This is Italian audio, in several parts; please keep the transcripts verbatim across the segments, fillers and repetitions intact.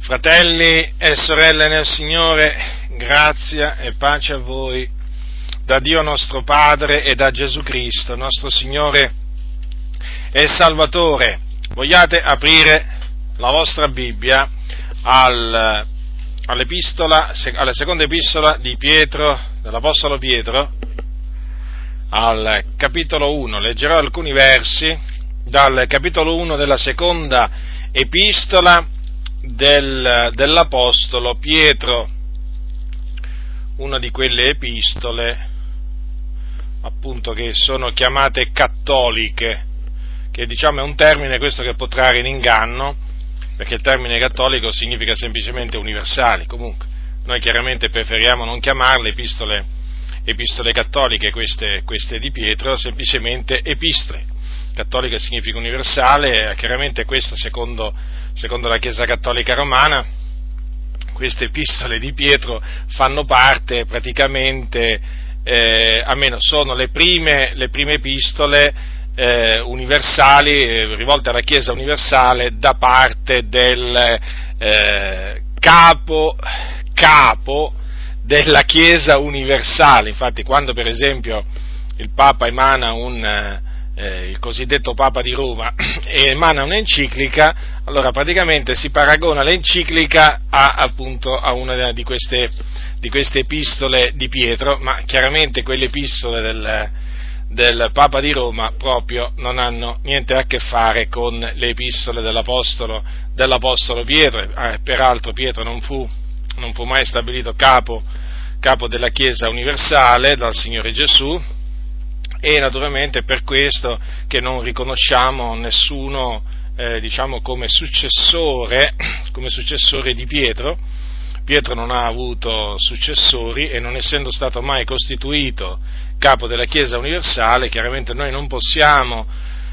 Fratelli e sorelle nel Signore, grazia e pace a voi da Dio nostro Padre e da Gesù Cristo, nostro Signore e Salvatore. Vogliate aprire la vostra Bibbia al, all'epistola, alla seconda epistola di Pietro, dell'Apostolo Pietro, al capitolo uno. Leggerò alcuni versi dal capitolo uno della seconda epistola del, dell'Apostolo Pietro, una di quelle epistole appunto che sono chiamate cattoliche, che diciamo è un termine questo che può trarre in inganno, perché il termine cattolico significa semplicemente universali. Comunque noi chiaramente preferiamo non chiamarle epistole, epistole cattoliche, queste, queste di Pietro, semplicemente epistole. Cattolica significa universale, chiaramente questa secondo, secondo la Chiesa Cattolica Romana, queste epistole di Pietro fanno parte praticamente, eh, almeno sono le prime, le prime epistole eh, universali, eh, rivolte alla Chiesa universale da parte del eh, capo, capo della Chiesa universale. Infatti quando per esempio il Papa emana un... Eh, il cosiddetto Papa di Roma e emana un'enciclica, allora praticamente si paragona l'enciclica a, appunto a una di queste, di queste epistole di Pietro, ma chiaramente quelle epistole del, del Papa di Roma proprio non hanno niente a che fare con le epistole dell'Apostolo, dell'Apostolo Pietro. Eh, peraltro Pietro non fu, non fu mai stabilito capo, capo della Chiesa universale dal Signore Gesù, e naturalmente è per questo che non riconosciamo nessuno, eh, diciamo, come successore, come successore di Pietro. Pietro non ha avuto successori e non essendo stato mai costituito capo della Chiesa universale, chiaramente noi non possiamo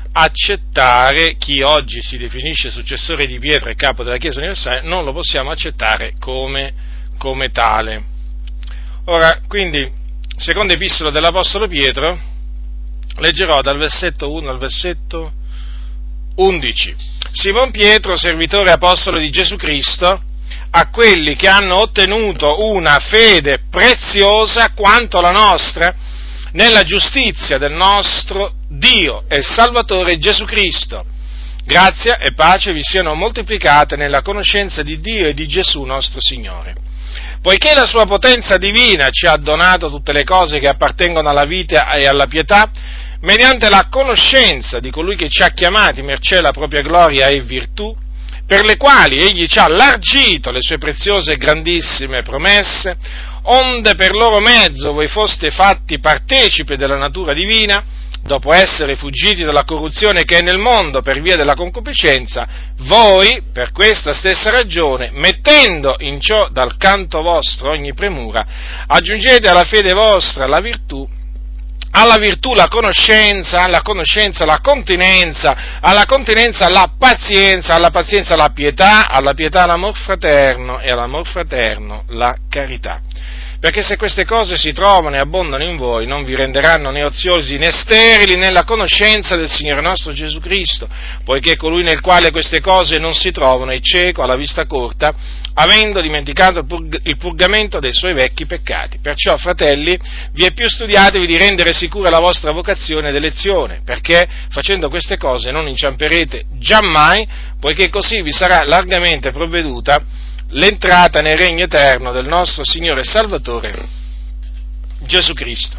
accettare chi oggi si definisce successore di Pietro e capo della Chiesa universale, non lo possiamo accettare come, come tale. Ora, quindi, seconda epistola dell'Apostolo Pietro, leggerò dal versetto uno al versetto undici. Simon Pietro, servitore e apostolo di Gesù Cristo, a quelli che hanno ottenuto una fede preziosa quanto la nostra, nella giustizia del nostro Dio e Salvatore Gesù Cristo. Grazia e pace vi siano moltiplicate nella conoscenza di Dio e di Gesù nostro Signore. Poiché la sua potenza divina ci ha donato tutte le cose che appartengono alla vita e alla pietà, mediante la conoscenza di colui che ci ha chiamati mercé la propria gloria e virtù, per le quali egli ci ha largito le sue preziose e grandissime promesse, onde per loro mezzo voi foste fatti partecipi della natura divina, dopo essere fuggiti dalla corruzione che è nel mondo per via della concupiscenza, voi, per questa stessa ragione, mettendo in ciò dal canto vostro ogni premura, aggiungete alla fede vostra la virtù, alla virtù la conoscenza, alla conoscenza la continenza, alla continenza la pazienza, alla pazienza la pietà, alla pietà l'amor fraterno e all'amor fraterno la carità. Perché se queste cose si trovano e abbondano in voi, non vi renderanno né oziosi né sterili nella conoscenza del Signore nostro Gesù Cristo, poiché colui nel quale queste cose non si trovano è cieco, ha la vista corta, avendo dimenticato il purgamento dei suoi vecchi peccati. Perciò, fratelli, vi è più studiatevi di rendere sicura la vostra vocazione ed elezione, perché facendo queste cose non inciamperete giammai, poiché così vi sarà largamente provveduta l'entrata nel regno eterno del nostro Signore e Salvatore Gesù Cristo.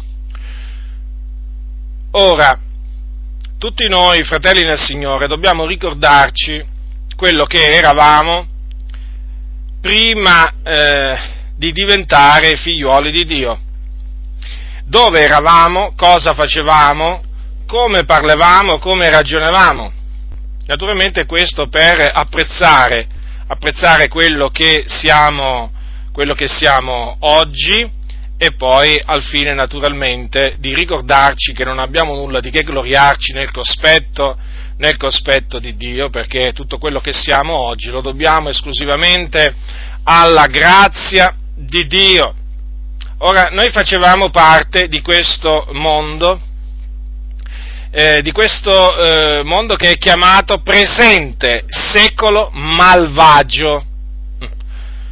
Ora, tutti noi, fratelli nel Signore, dobbiamo ricordarci quello che eravamo prima eh, di diventare figliuoli di Dio. Dove eravamo, cosa facevamo, come parlavamo, come ragionavamo. Naturalmente questo per apprezzare apprezzare quello che siamo, quello che siamo oggi, e poi al fine naturalmente di ricordarci che non abbiamo nulla di che gloriarci nel cospetto, nel cospetto di Dio, perché tutto quello che siamo oggi lo dobbiamo esclusivamente alla grazia di Dio. Ora, noi facevamo parte di questo mondo, eh, di questo eh, mondo che è chiamato presente secolo malvagio.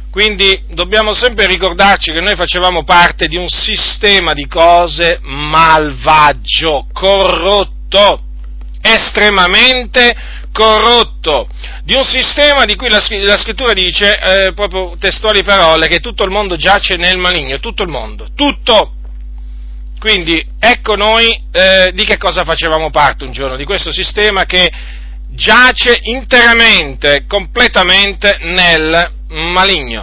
Quindi dobbiamo sempre ricordarci che noi facevamo parte di un sistema di cose malvagio, corrotto, estremamente corrotto, di un sistema di cui la, la scrittura dice, eh, proprio testuali parole, che tutto il mondo giace nel maligno, tutto il mondo, tutto. Quindi ecco noi eh, di che cosa facevamo parte un giorno, di questo sistema che giace interamente, completamente nel maligno.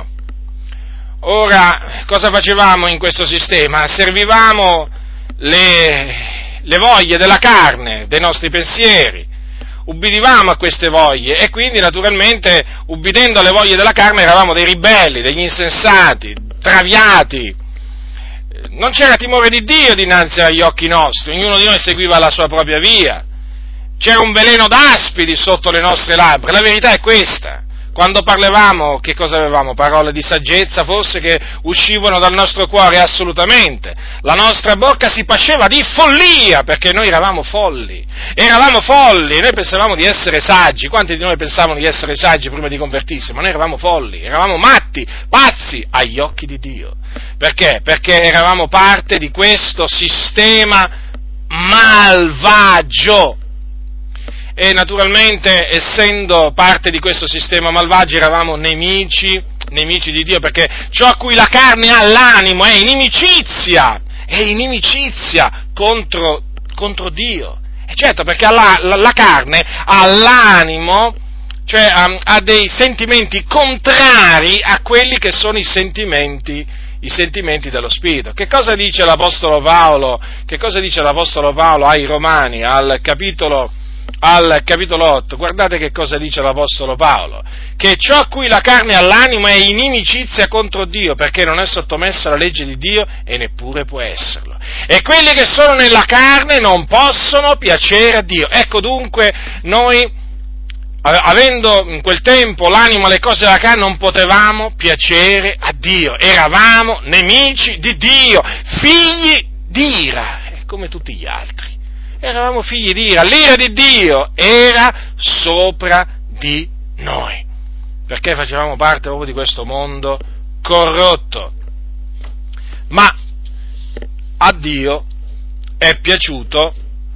Ora, cosa facevamo in questo sistema? Servivamo le, le voglie della carne, dei nostri pensieri, ubbidivamo a queste voglie e quindi naturalmente, ubbidendo alle voglie della carne, eravamo dei ribelli, degli insensati, traviati. Non c'era timore di Dio dinanzi agli occhi nostri, ognuno di noi seguiva la sua propria via. C'era un veleno d'aspidi sotto le nostre labbra, la verità è questa. Quando parlavamo, che cosa avevamo? Parole di saggezza forse che uscivano dal nostro cuore? Assolutamente. La nostra bocca si pasceva di follia, perché noi eravamo folli. Eravamo folli, noi pensavamo di essere saggi. Quanti di noi pensavano di essere saggi prima di convertirsi? Ma noi eravamo folli, eravamo matti, pazzi agli occhi di Dio. Perché? Perché eravamo parte di questo sistema malvagio. E naturalmente, essendo parte di questo sistema malvagio, eravamo nemici, nemici di Dio, perché ciò a cui la carne ha l'animo è inimicizia, è inimicizia contro, contro Dio. E certo, perché la, la, la carne ha l'animo, cioè ha, ha dei sentimenti contrari a quelli che sono i sentimenti, i sentimenti dello Spirito. Che cosa dice l'Apostolo Paolo? Che cosa dice l'Apostolo Paolo ai Romani, al capitolo al capitolo otto, guardate che cosa dice l'Apostolo Paolo, che ciò a cui la carne ha l'animo è inimicizia contro Dio, perché non è sottomessa alla legge di Dio e neppure può esserlo. E quelli che sono nella carne non possono piacere a Dio. Ecco dunque, noi, avendo in quel tempo l'animo alle cose della carne, non potevamo piacere a Dio, eravamo nemici di Dio, figli di ira, come tutti gli altri. Eravamo figli di ira, l'ira di Dio era sopra di noi, perché facevamo parte proprio di questo mondo corrotto. Ma a Dio è piaciuto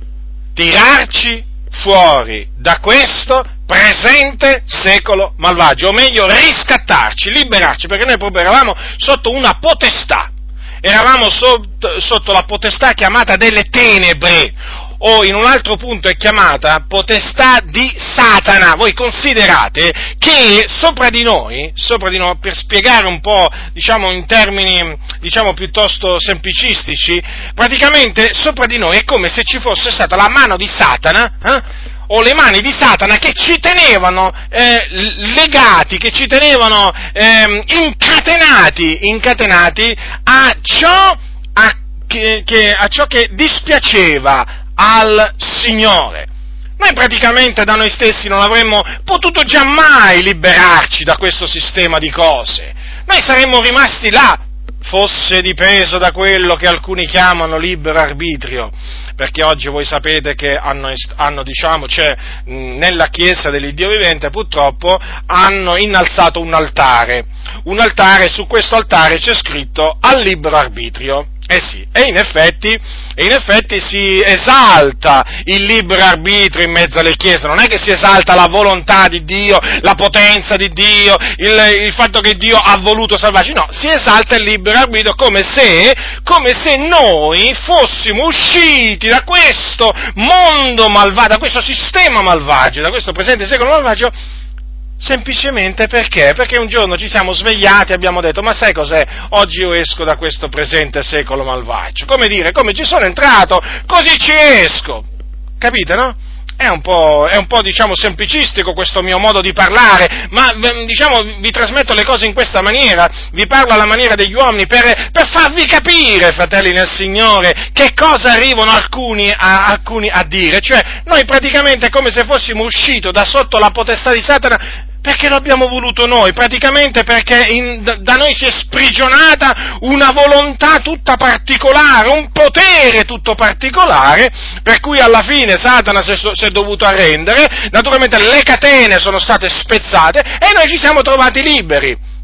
tirarci fuori da questo presente secolo malvagio, o meglio riscattarci, liberarci, perché noi proprio eravamo sotto una potestà, eravamo sotto, sotto la potestà chiamata delle tenebre, o in un altro punto è chiamata potestà di Satana. Voi considerate che sopra di noi, sopra di noi, per spiegare un po', diciamo in termini, diciamo piuttosto semplicistici, praticamente sopra di noi è come se ci fosse stata la mano di Satana, eh? o le mani di Satana che ci tenevano eh, legati, che ci tenevano eh, incatenati, incatenati a ciò, a, che, che, a ciò che dispiaceva al Signore. Noi praticamente da noi stessi non avremmo potuto giammai liberarci da questo sistema di cose. Noi saremmo rimasti là, fosse dipeso da quello che alcuni chiamano libero arbitrio, perché oggi voi sapete che hanno, hanno diciamo, cioè, nella Chiesa dell'Iddio vivente purtroppo hanno innalzato un altare, un altare, su questo altare c'è scritto al libero arbitrio. Eh sì, e in effetti, e in effetti si esalta il libero arbitrio in mezzo alle chiese, non è che si esalta la volontà di Dio, la potenza di Dio, il, il fatto che Dio ha voluto salvarci, no, si esalta il libero arbitrio come se, come se noi fossimo usciti da questo mondo malvagio, da questo sistema malvagio, da questo presente secolo malvagio, semplicemente perché? Perché un giorno ci siamo svegliati e abbiamo detto, ma sai cos'è? Oggi io esco da questo presente secolo malvagio. Come dire, come ci sono entrato, così ci esco. Capite, no? È un po', è un po', diciamo, semplicistico questo mio modo di parlare, ma, diciamo, vi trasmetto le cose in questa maniera, vi parlo alla maniera degli uomini per, per farvi capire, fratelli nel Signore, che cosa arrivano alcuni a, alcuni a dire. Cioè, noi praticamente è come se fossimo usciti da sotto la potestà di Satana, perché lo abbiamo voluto noi, praticamente perché in, da noi si è sprigionata una volontà tutta particolare, un potere tutto particolare, per cui alla fine Satana si è, si è dovuto arrendere, naturalmente le catene sono state spezzate e noi ci siamo trovati liberi.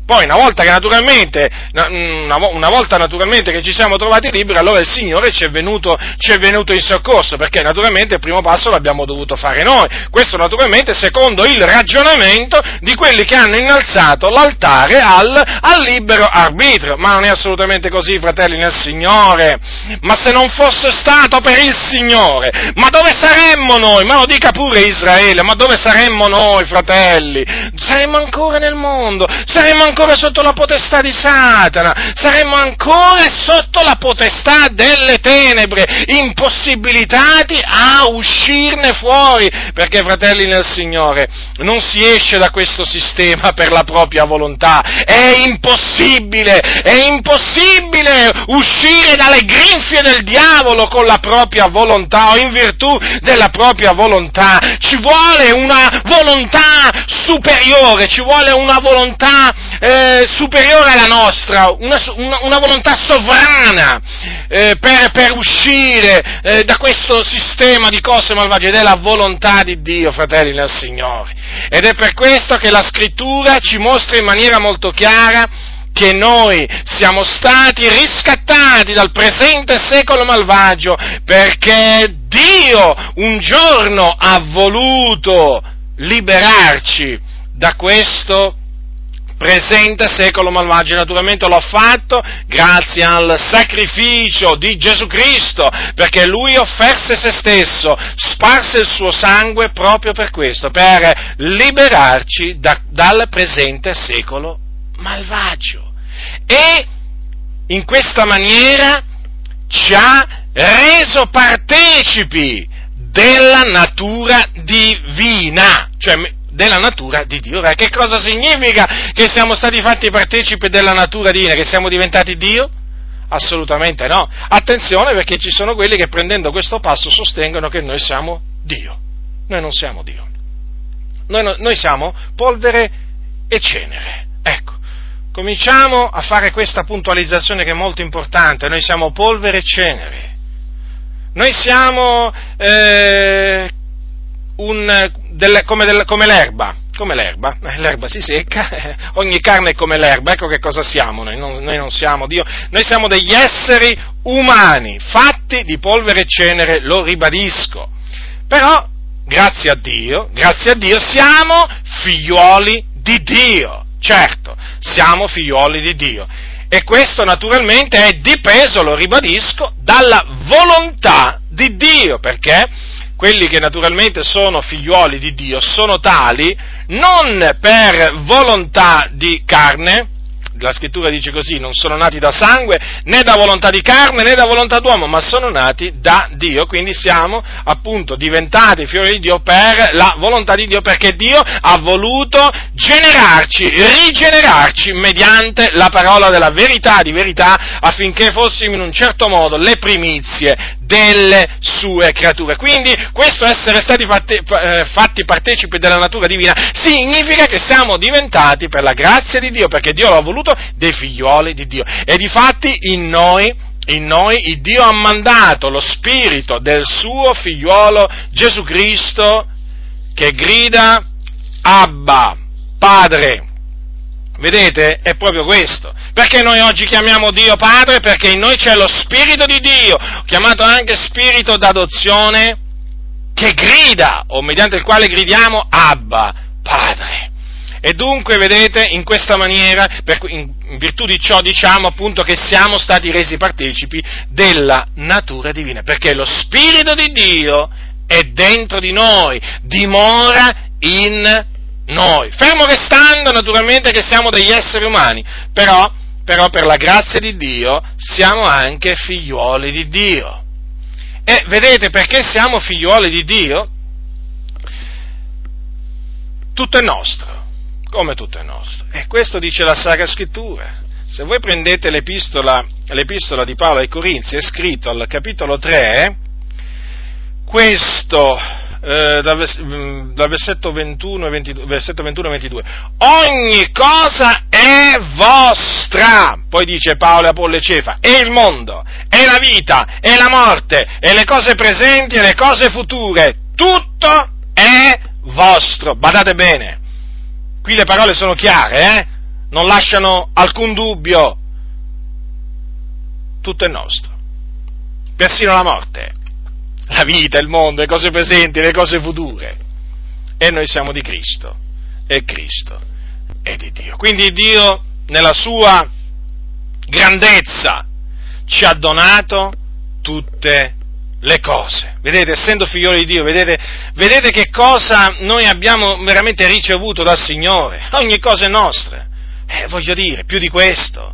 Poi una volta che naturalmente, una, una volta naturalmente che ci siamo trovati liberi, allora il Signore ci è venuto, ci è venuto in soccorso, perché naturalmente il primo passo l'abbiamo dovuto fare noi. Questo naturalmente secondo il ragionamento di quelli che hanno innalzato l'altare al, al libero arbitrio. Ma non è assolutamente così, fratelli nel Signore. Ma se non fosse stato per il Signore, ma dove saremmo noi? Ma lo dica pure Israele, ma dove saremmo noi, fratelli? Saremmo ancora nel mondo, saremmo ancora ancora sotto la potestà di Satana, saremmo ancora sotto la potestà delle tenebre, impossibilitati a uscirne fuori, perché, fratelli nel Signore, non si esce da questo sistema per la propria volontà, è impossibile, è impossibile uscire dalle grinfie del diavolo con la propria volontà o in virtù della propria volontà. Ci vuole una volontà superiore, ci vuole una volontà Eh, superiore alla nostra, una, una, una volontà sovrana eh, per, per uscire eh, da questo sistema di cose malvagie, ed è la volontà di Dio, fratelli nel Signore. Ed è per questo che la Scrittura ci mostra in maniera molto chiara che noi siamo stati riscattati dal presente secolo malvagio, perché Dio un giorno ha voluto liberarci da questo presente secolo malvagio. Naturalmente l'ho fatto grazie al sacrificio di Gesù Cristo, perché Lui offerse se stesso, sparse il suo sangue proprio per questo, per liberarci da, dal presente secolo malvagio. E in questa maniera ci ha reso partecipi della natura divina, cioè della natura di Dio. Che cosa significa che siamo stati fatti partecipi della natura divina? Che siamo diventati Dio? Assolutamente no. Attenzione, perché ci sono quelli che prendendo questo passo sostengono che noi siamo Dio. Noi non siamo Dio. Noi, no, noi siamo polvere e cenere. Ecco, cominciamo a fare questa puntualizzazione che è molto importante. Noi siamo polvere e cenere. Noi siamo eh, un, del, come, del, come l'erba, come l'erba, l'erba si secca, ogni carne è come l'erba. Ecco che cosa siamo noi, non, noi non siamo Dio, noi siamo degli esseri umani, fatti di polvere e cenere, lo ribadisco, però grazie a Dio, grazie a Dio siamo figliuoli di Dio, certo, siamo figliuoli di Dio, e questo naturalmente è dipeso, lo ribadisco, dalla volontà di Dio, perché quelli che naturalmente sono figliuoli di Dio sono tali non per volontà di carne, la Scrittura dice così, non sono nati da sangue, né da volontà di carne, né da volontà d'uomo, ma sono nati da Dio, quindi siamo appunto diventati figli di Dio per la volontà di Dio, perché Dio ha voluto generarci, rigenerarci mediante la parola della verità, di verità, affinché fossimo in un certo modo le primizie delle sue creature. Quindi questo essere stati fatti, fatti partecipi della natura divina significa che siamo diventati, per la grazia di Dio, perché Dio l'ha voluto, dei figlioli di Dio. E difatti in noi, in noi il Dio ha mandato lo spirito del suo figliolo Gesù Cristo, che grida Abba, Padre. Vedete? È proprio questo. Perché noi oggi chiamiamo Dio Padre? Perché in noi c'è lo Spirito di Dio, chiamato anche Spirito d'adozione, che grida, o mediante il quale gridiamo Abba, Padre. E dunque, vedete, in questa maniera, per, in virtù di ciò diciamo appunto che siamo stati resi partecipi della natura divina, perché lo Spirito di Dio è dentro di noi, dimora in noi, fermo restando naturalmente che siamo degli esseri umani, però, però per la grazia di Dio siamo anche figliuoli di Dio. E vedete, perché siamo figliuoli di Dio? Tutto è nostro. Come tutto è nostro? E questo dice la Sacra Scrittura. Se voi prendete l'epistola, l'epistola di Paolo ai Corinzi, è scritto al capitolo tre, questo, eh, dal, dal versetto ventuno e ventidue, versetto ventuno e ventidue, ogni cosa è vostra, poi dice Paolo, Apollo e Cefa, e il mondo, e la vita, e la morte, e le cose presenti e le cose future, tutto è vostro. Badate bene. Qui le parole sono chiare, eh? non lasciano alcun dubbio, tutto è nostro, persino la morte, la vita, il mondo, le cose presenti, le cose future, e noi siamo di Cristo, e Cristo è di Dio. Quindi Dio, nella sua grandezza, ci ha donato tutte le cose. Vedete, essendo figlioli di Dio, vedete, vedete che cosa noi abbiamo veramente ricevuto dal Signore. Ogni cosa è nostra. Eh, voglio dire, più di questo.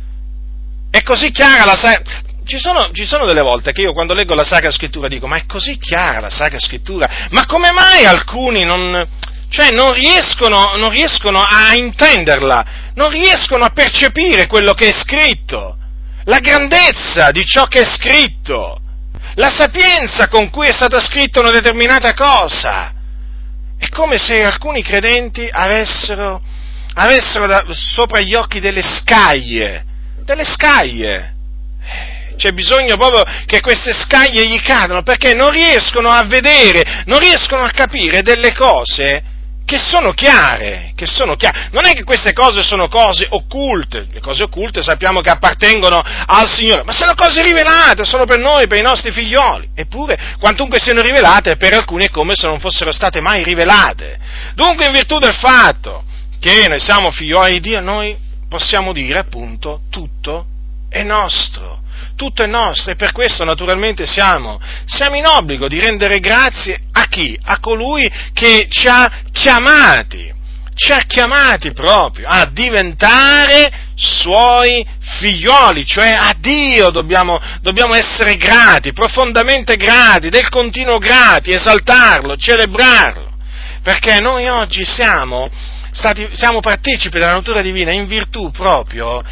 È così chiara la Sacra... Ci sono, ci sono delle volte che io quando leggo la Sacra Scrittura dico, ma è così chiara la Sacra Scrittura? Ma come mai alcuni non... cioè non riescono, non riescono a intenderla, non riescono a percepire quello che è scritto, la grandezza di ciò che è scritto, la sapienza con cui è stata scritta una determinata cosa. È come se alcuni credenti avessero, avessero da, sopra gli occhi delle scaglie, delle scaglie. C'è bisogno proprio che queste scaglie gli cadano, perché non riescono a vedere, non riescono a capire delle cose che sono chiare, che sono chiare. Non è che queste cose sono cose occulte, le cose occulte sappiamo che appartengono al Signore, ma sono cose rivelate, sono per noi, per i nostri figlioli. Eppure, quantunque siano rivelate, per alcuni è come se non fossero state mai rivelate. Dunque, in virtù del fatto che noi siamo figlioli di Dio, noi possiamo dire appunto tutto è nostro. Tutto è nostro, e per questo naturalmente siamo, siamo in obbligo di rendere grazie a chi? A colui che ci ha chiamati, ci ha chiamati proprio a diventare suoi figlioli, cioè a Dio dobbiamo, dobbiamo essere grati, profondamente grati, del continuo grati, esaltarlo, celebrarlo, perché noi oggi siamo stati, siamo partecipi della natura divina in virtù proprio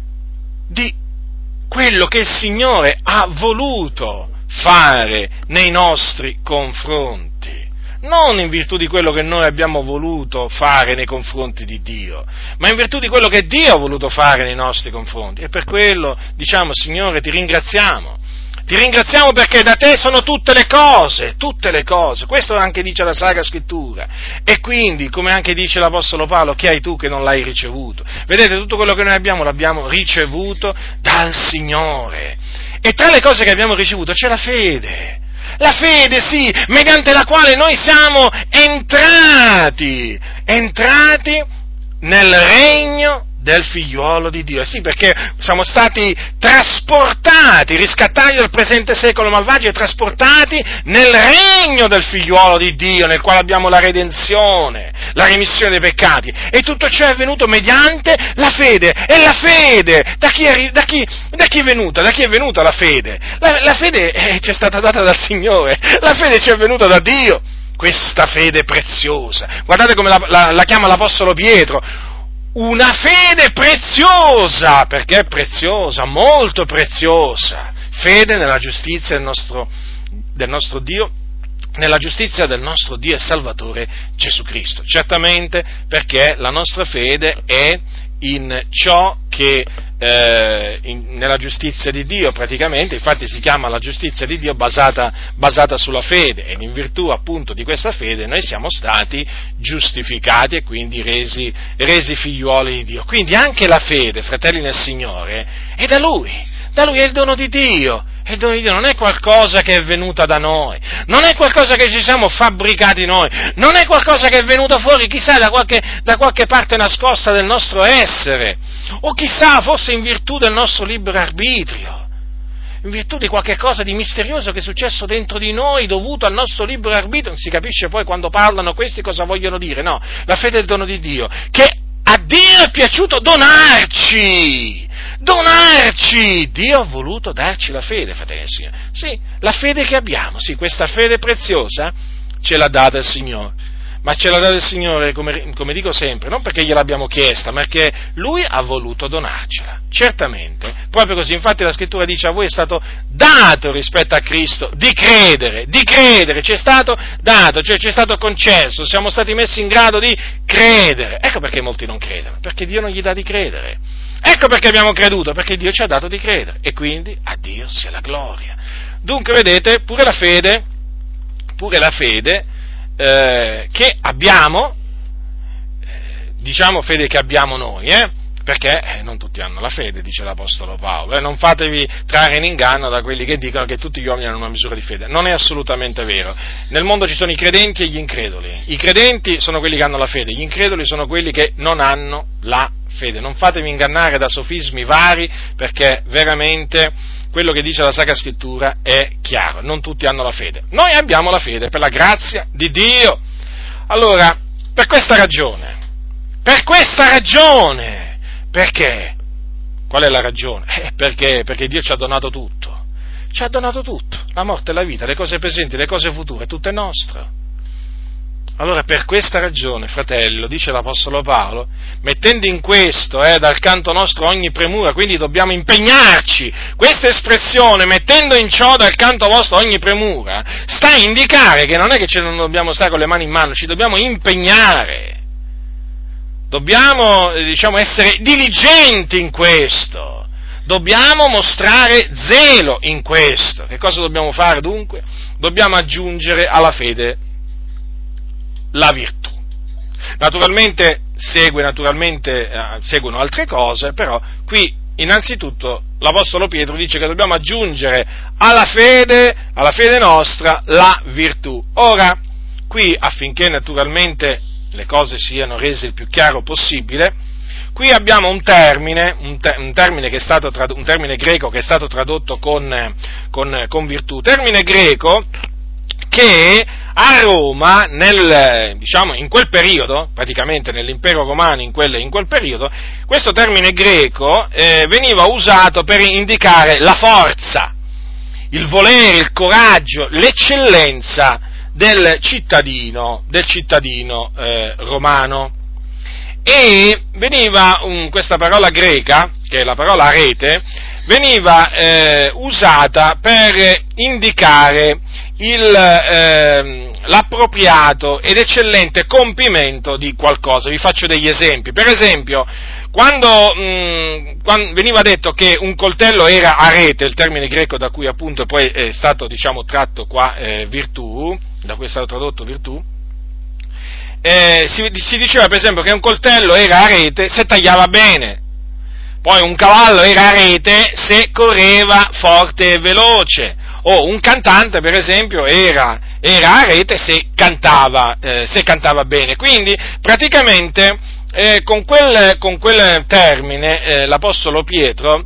di quello che il Signore ha voluto fare nei nostri confronti, non in virtù di quello che noi abbiamo voluto fare nei confronti di Dio, ma in virtù di quello che Dio ha voluto fare nei nostri confronti. E per quello diciamo: Signore, ti ringraziamo, ti ringraziamo perché da te sono tutte le cose, tutte le cose, questo anche dice la Sacra Scrittura, e quindi, come anche dice l'Apostolo Paolo, che hai tu che non l'hai ricevuto? Vedete, tutto quello che noi abbiamo l'abbiamo ricevuto dal Signore, e tra le cose che abbiamo ricevuto c'è la fede, la fede, sì, mediante la quale noi siamo entrati, entrati nel regno del figliuolo di Dio. Sì, perché siamo stati trasportati, riscattati dal presente secolo malvagio e trasportati nel regno del figliuolo di Dio, nel quale abbiamo la redenzione, la remissione dei peccati, e tutto ciò è avvenuto mediante la fede. E la fede, da chi è, da chi, da chi è venuta? Da chi è venuta la fede? La, la fede eh, ci è stata data dal Signore, la fede ci è venuta da Dio, questa fede preziosa. Guardate come la, la, la chiama l'Apostolo Pietro, una fede preziosa, perché è preziosa, molto preziosa, fede nella giustizia del nostro, del nostro Dio, nella giustizia del nostro Dio e Salvatore Gesù Cristo. Certamente perché la nostra fede è in ciò che, eh, in, nella giustizia di Dio praticamente, infatti si chiama la giustizia di Dio basata, basata sulla fede, ed in virtù appunto di questa fede noi siamo stati giustificati e quindi resi, resi figliuoli di Dio. Quindi anche la fede, fratelli nel Signore, è da Lui, da Lui è il dono di Dio. E il dono di Dio non è qualcosa che è venuta da noi, non è qualcosa che ci siamo fabbricati noi, non è qualcosa che è venuto fuori, chissà, da qualche, da qualche parte nascosta del nostro essere, o chissà, forse in virtù del nostro libero arbitrio, in virtù di qualche cosa di misterioso che è successo dentro di noi, dovuto al nostro libero arbitrio. Non si capisce poi quando parlano questi cosa vogliono dire. No, la fede è il dono di Dio, che a Dio è piaciuto donarci, donarci, Dio ha voluto darci la fede, fratelli del Signore, sì, la fede che abbiamo, sì, questa fede preziosa ce l'ha data il Signore, ma ce l'ha data il Signore, come, come dico sempre, non perché gliel'abbiamo chiesta, ma perché Lui ha voluto donarcela, certamente, proprio così. Infatti la Scrittura dice: a voi è stato dato rispetto a Cristo di credere, di credere, ci è stato dato, cioè ci è stato concesso, siamo stati messi in grado di credere. Ecco perché molti non credono, perché Dio non gli dà di credere. Ecco perché abbiamo creduto, perché Dio ci ha dato di credere, e quindi a Dio sia la gloria. Dunque, vedete, pure la fede, pure la fede eh, che abbiamo, eh, diciamo fede che abbiamo noi, eh, perché non tutti hanno la fede, dice l'Apostolo Paolo, e non fatevi trarre in inganno da quelli che dicono che tutti gli uomini hanno una misura di fede. Non è assolutamente vero. Nel mondo ci sono i credenti e gli increduli. I credenti sono quelli che hanno la fede, gli increduli sono quelli che non hanno la fede. Non fatevi ingannare da sofismi vari, perché veramente quello che dice la Sacra Scrittura è chiaro. Non tutti hanno la fede. Noi abbiamo la fede per la grazia di Dio. Allora, per questa ragione, per questa ragione, perché? Qual è la ragione? Eh, perché? Perché Dio ci ha donato tutto, ci ha donato tutto, la morte e la vita, le cose presenti, le cose future, tutto è nostro. Allora per questa ragione, fratello, dice l'Apostolo Paolo, mettendo in questo, eh, dal canto nostro ogni premura, quindi dobbiamo impegnarci, questa espressione, mettendo in ciò dal canto vostro ogni premura, sta a indicare che non è che ce non dobbiamo stare con le mani in mano, ci dobbiamo impegnare. Dobbiamo, diciamo, essere diligenti in questo, dobbiamo mostrare zelo in questo. Che cosa dobbiamo fare dunque? Dobbiamo aggiungere alla fede la virtù. Naturalmente segue, naturalmente eh, seguono altre cose, però qui innanzitutto l'Apostolo Pietro dice che dobbiamo aggiungere alla fede, alla fede nostra, la virtù. Ora, qui affinché naturalmente le cose siano rese il più chiaro possibile, qui abbiamo un termine, un, te, un termine che è stato trad- un termine greco che è stato tradotto con, con, con virtù, termine greco che a Roma, nel, diciamo, in quel periodo, praticamente nell'impero romano in quel, in quel periodo, questo termine greco eh, veniva usato per indicare la forza, il volere, il coraggio, l'eccellenza del cittadino, del cittadino eh, romano. E veniva, um, questa parola greca, che è la parola arete, veniva eh, usata per indicare il, eh, l'appropriato ed eccellente compimento di qualcosa. Vi faccio degli esempi. Per esempio, quando, mh, quando veniva detto che un coltello era arete, il termine greco da cui appunto poi è stato, diciamo, tratto qua eh, virtù, da cui è stato tradotto virtù, eh, si, si diceva per esempio che un coltello era arete se tagliava bene, poi un cavallo era arete se correva forte e veloce, o un cantante per esempio era, era arete se cantava, eh, se cantava bene. Quindi praticamente eh, con, quel, con quel termine eh, l'Apostolo Pietro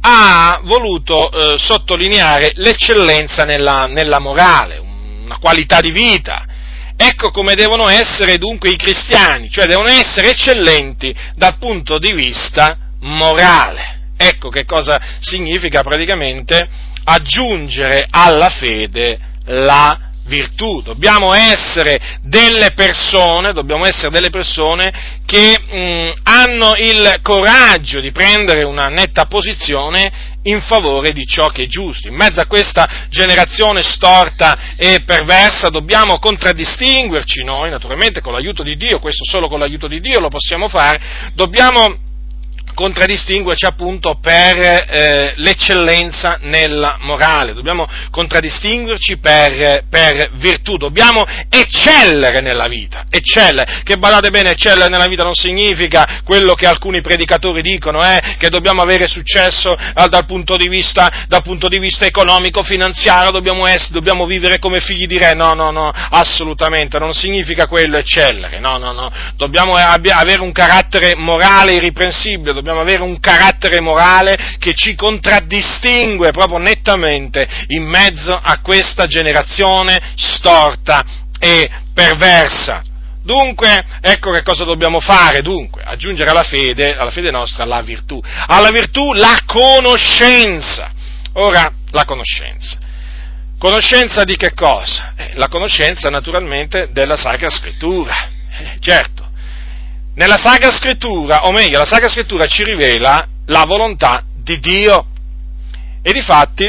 ha voluto eh, sottolineare l'eccellenza nella, nella morale, una qualità di vita. Ecco come devono essere dunque i cristiani, cioè devono essere eccellenti dal punto di vista morale. Ecco che cosa significa praticamente aggiungere alla fede la virtù. Dobbiamo essere delle persone, dobbiamo essere delle persone che mh, hanno il coraggio di prendere una netta posizione in favore di ciò che è giusto. In mezzo a questa generazione storta e perversa dobbiamo contraddistinguerci noi, naturalmente con l'aiuto di Dio, questo solo con l'aiuto di Dio lo possiamo fare, dobbiamo contraddistinguerci appunto per eh, l'eccellenza nella morale, dobbiamo contraddistinguerci per, per virtù, dobbiamo eccellere nella vita, eccellere, che badate bene, eccellere nella vita non significa quello che alcuni predicatori dicono, eh, che dobbiamo avere successo eh, dal punto di vista, dal punto di vista economico, finanziario, dobbiamo, essere, dobbiamo vivere come figli di re, no, no, no, assolutamente, non significa quello eccellere, no, no, no, dobbiamo avere un carattere morale irriprensibile, dobbiamo avere un carattere morale che ci contraddistingue proprio nettamente in mezzo a questa generazione storta e perversa. Dunque, ecco che cosa dobbiamo fare, dunque, aggiungere alla fede, alla fede nostra, la virtù. Alla virtù la conoscenza. Ora, la conoscenza. Conoscenza di che cosa? Eh, la conoscenza, naturalmente, della Sacra Scrittura. Eh, certo. Nella Sacra Scrittura, o meglio, la Sacra Scrittura ci rivela la volontà di Dio. E difatti,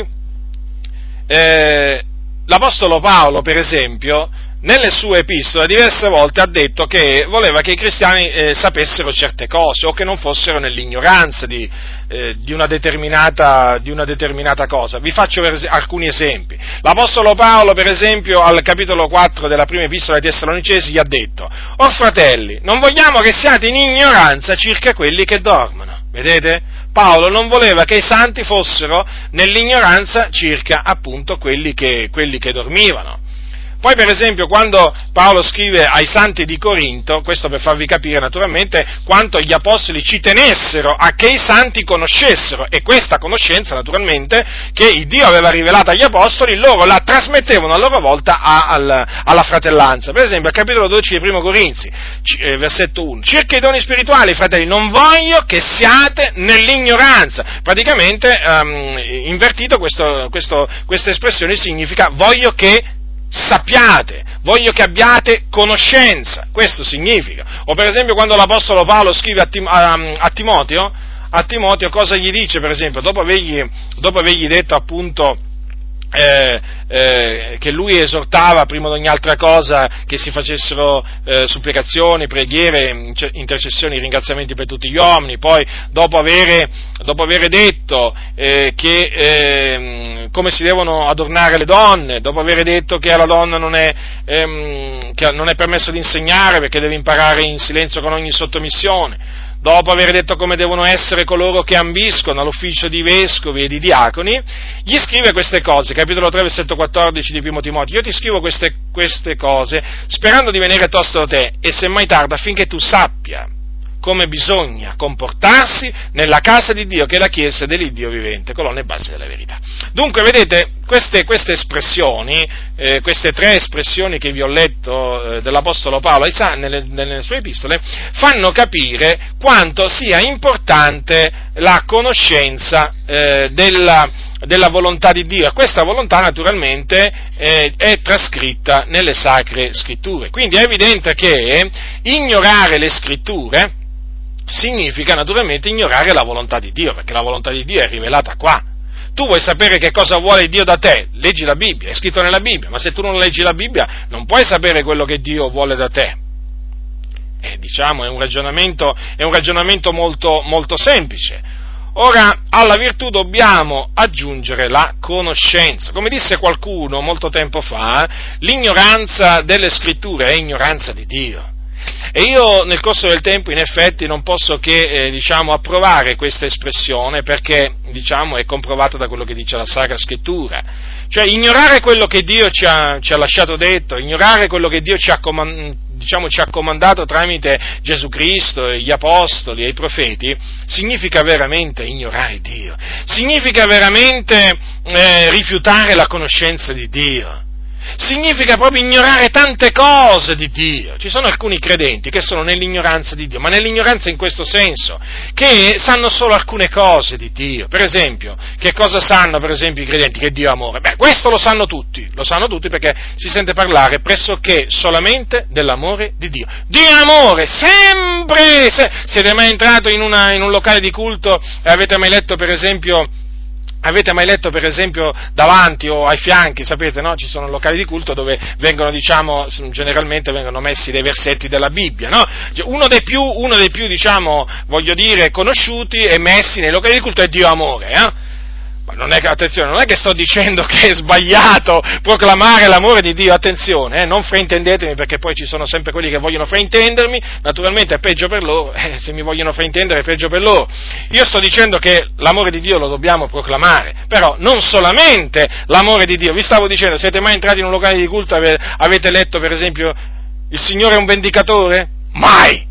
eh, l'Apostolo Paolo, per esempio, nelle sue epistole diverse volte ha detto che voleva che i cristiani eh, sapessero certe cose o che non fossero nell'ignoranza di, eh, di, una determinata, di una determinata cosa. Vi faccio es- alcuni esempi. L'Apostolo Paolo, per esempio, al capitolo quattro della prima epistola ai Tessalonicesi gli ha detto: «Or fratelli, non vogliamo che siate in ignoranza circa quelli che dormono». Vedete? Paolo non voleva che i santi fossero nell'ignoranza circa appunto quelli che, quelli che dormivano. Poi per esempio quando Paolo scrive ai santi di Corinto, questo per farvi capire naturalmente quanto gli apostoli ci tenessero a che i santi conoscessero, e questa conoscenza naturalmente che Dio aveva rivelato agli apostoli, loro la trasmettevano a loro volta a, al, alla fratellanza. Per esempio al capitolo dodici di Primo Corinzi, c- versetto uno, circa i doni spirituali, fratelli, non voglio che siate nell'ignoranza. Praticamente um, invertito questo, questo, questa espressione significa voglio che sappiate, voglio che abbiate conoscenza, questo significa. O per esempio quando l'Apostolo Paolo scrive a, Tim- a, a Timoteo, a Timoteo cosa gli dice per esempio, dopo avergli, dopo avergli detto appunto Eh, eh, che lui esortava prima di ogni altra cosa che si facessero eh, supplicazioni, preghiere, intercessioni, ringraziamenti per tutti gli uomini, poi dopo avere, dopo avere detto eh, che eh, come si devono adornare le donne, dopo avere detto che alla donna non è, ehm, che non è permesso di insegnare perché deve imparare in silenzio con ogni sottomissione, dopo aver detto come devono essere coloro che ambiscono all'ufficio di vescovi e di diaconi, gli scrive queste cose, capitolo tre, versetto quattordici di Primo Timoteo, io ti scrivo queste, queste cose sperando di venire tosto da te, e semmai tarda, affinché tu sappia come bisogna comportarsi nella casa di Dio, che è la Chiesa dell'Iddio vivente, colonna e base della verità. Dunque, vedete, queste, queste espressioni, eh, queste tre espressioni che vi ho letto eh, dell'Apostolo Paolo nelle, nelle sue epistole, fanno capire quanto sia importante la conoscenza eh, della, della volontà di Dio. Questa volontà, naturalmente, eh, è trascritta nelle Sacre Scritture. Quindi è evidente che ignorare le Scritture significa naturalmente ignorare la volontà di Dio, perché la volontà di Dio è rivelata qua. Tu vuoi sapere che cosa vuole Dio da te? Leggi la Bibbia, è scritto nella Bibbia, ma se tu non leggi la Bibbia non puoi sapere quello che Dio vuole da te. Eh, diciamo, è un ragionamento, è un ragionamento molto, molto semplice. Ora, alla virtù dobbiamo aggiungere la conoscenza. Come disse qualcuno molto tempo fa, l'ignoranza delle Scritture è ignoranza di Dio. E io nel corso del tempo in effetti non posso che eh, diciamo, approvare questa espressione, perché diciamo, è comprovata da quello che dice la Sacra Scrittura. Cioè ignorare quello che Dio ci ha, ci ha lasciato detto, ignorare quello che Dio ci ha, comand- diciamo, ci ha comandato tramite Gesù Cristo, gli Apostoli e i Profeti, significa veramente ignorare Dio, significa veramente eh, rifiutare la conoscenza di Dio. Significa proprio ignorare tante cose di Dio. Ci sono alcuni credenti che sono nell'ignoranza di Dio, ma nell'ignoranza in questo senso, che sanno solo alcune cose di Dio. Per esempio, che cosa sanno per esempio i credenti? Che Dio è amore. Beh, questo lo sanno tutti, lo sanno tutti perché si sente parlare pressoché solamente dell'amore di Dio. Dio è amore, sempre! Se, siete mai entrato in, una, in un locale di culto e avete mai letto per esempio... Avete mai letto per esempio davanti o ai fianchi, sapete, no? Ci sono locali di culto dove vengono, diciamo, generalmente vengono messi dei versetti della Bibbia, no? Uno dei più, uno dei più, diciamo, voglio dire, conosciuti e messi nei locali di culto è Dio amore, eh? Ma non è che, attenzione, non è che sto dicendo che è sbagliato proclamare l'amore di Dio, attenzione, eh, non fraintendetemi, perché poi ci sono sempre quelli che vogliono fraintendermi, naturalmente è peggio per loro, eh, se mi vogliono fraintendere è peggio per loro. Io sto dicendo che l'amore di Dio lo dobbiamo proclamare, però non solamente l'amore di Dio. Vi stavo dicendo, siete mai entrati in un locale di culto e avete letto per esempio il Signore è un vendicatore? Mai!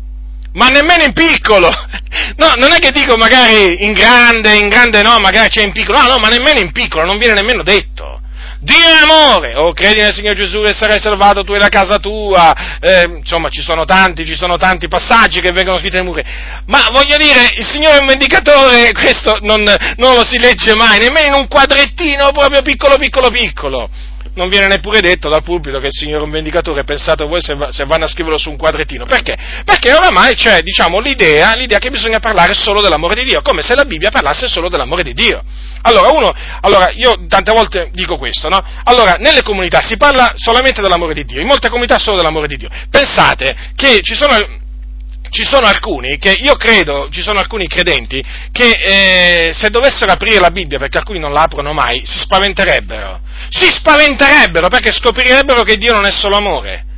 Ma nemmeno in piccolo, no, non è che dico magari in grande, in grande no, magari c'è in piccolo, no, no, ma nemmeno in piccolo, non viene nemmeno detto. Dio è amore, o oh, credi nel Signore Gesù e sarai salvato tu e la casa tua, eh, insomma ci sono tanti, ci sono tanti passaggi che vengono scritti nel muro, ma voglio dire, il Signore è un vendicatore, questo non, non lo si legge mai, nemmeno in un quadrettino proprio piccolo, piccolo, piccolo. Non viene neppure detto dal pulpito che il Signore è un vendicatore, pensate voi se, se vanno a scriverlo su un quadrettino. Perché? Perché oramai c'è, diciamo, l'idea, l'idea che bisogna parlare solo dell'amore di Dio, come se la Bibbia parlasse solo dell'amore di Dio. Allora, uno, allora, io tante volte dico questo, no? Allora, nelle comunità si parla solamente dell'amore di Dio, in molte comunità solo dell'amore di Dio. Pensate che ci sono... Ci sono alcuni che, io credo, ci sono alcuni credenti che eh, se dovessero aprire la Bibbia, perché alcuni non la aprono mai, si spaventerebbero. Si spaventerebbero perché scoprirebbero che Dio non è solo amore.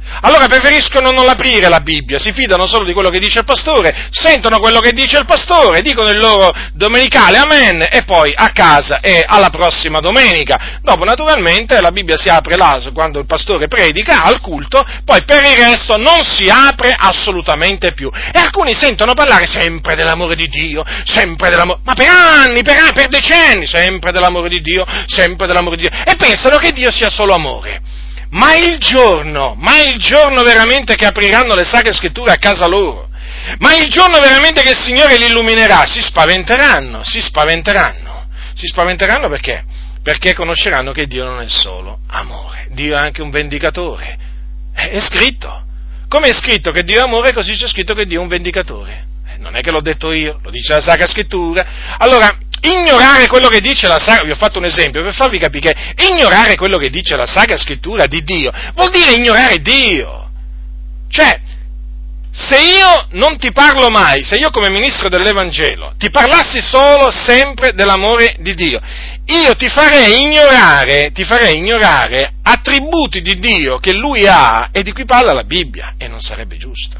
Allora preferiscono non aprire la Bibbia, si fidano solo di quello che dice il pastore, sentono quello che dice il pastore, dicono il loro domenicale amen e poi a casa e alla prossima domenica. Dopo naturalmente la Bibbia si apre là quando il pastore predica al culto, poi per il resto non si apre assolutamente più. E alcuni sentono parlare sempre dell'amore di Dio, sempre dell'amore, ma per anni, per anni, per decenni, sempre dell'amore di Dio, sempre dell'amore di Dio, e pensano che Dio sia solo amore. Ma il giorno, ma il giorno veramente che apriranno le Sacre Scritture a casa loro, ma il giorno veramente che il Signore li illuminerà, si spaventeranno, si spaventeranno, si spaventeranno perché? Perché conosceranno che Dio non è solo amore, Dio è anche un vendicatore, è scritto, come è scritto che Dio è amore, così c'è scritto che Dio è un vendicatore, non è che l'ho detto io, lo dice la Sacra Scrittura. Allora, ignorare quello che dice la Sacra, vi ho fatto un esempio per farvi capire che ignorare quello che dice la Sacra Scrittura di Dio vuol dire ignorare Dio. Cioè, se io non ti parlo mai, se io come ministro dell'Evangelo ti parlassi solo sempre dell'amore di Dio, io ti farei ignorare, ti farei ignorare attributi di Dio che Lui ha e di cui parla la Bibbia, e non sarebbe giusto.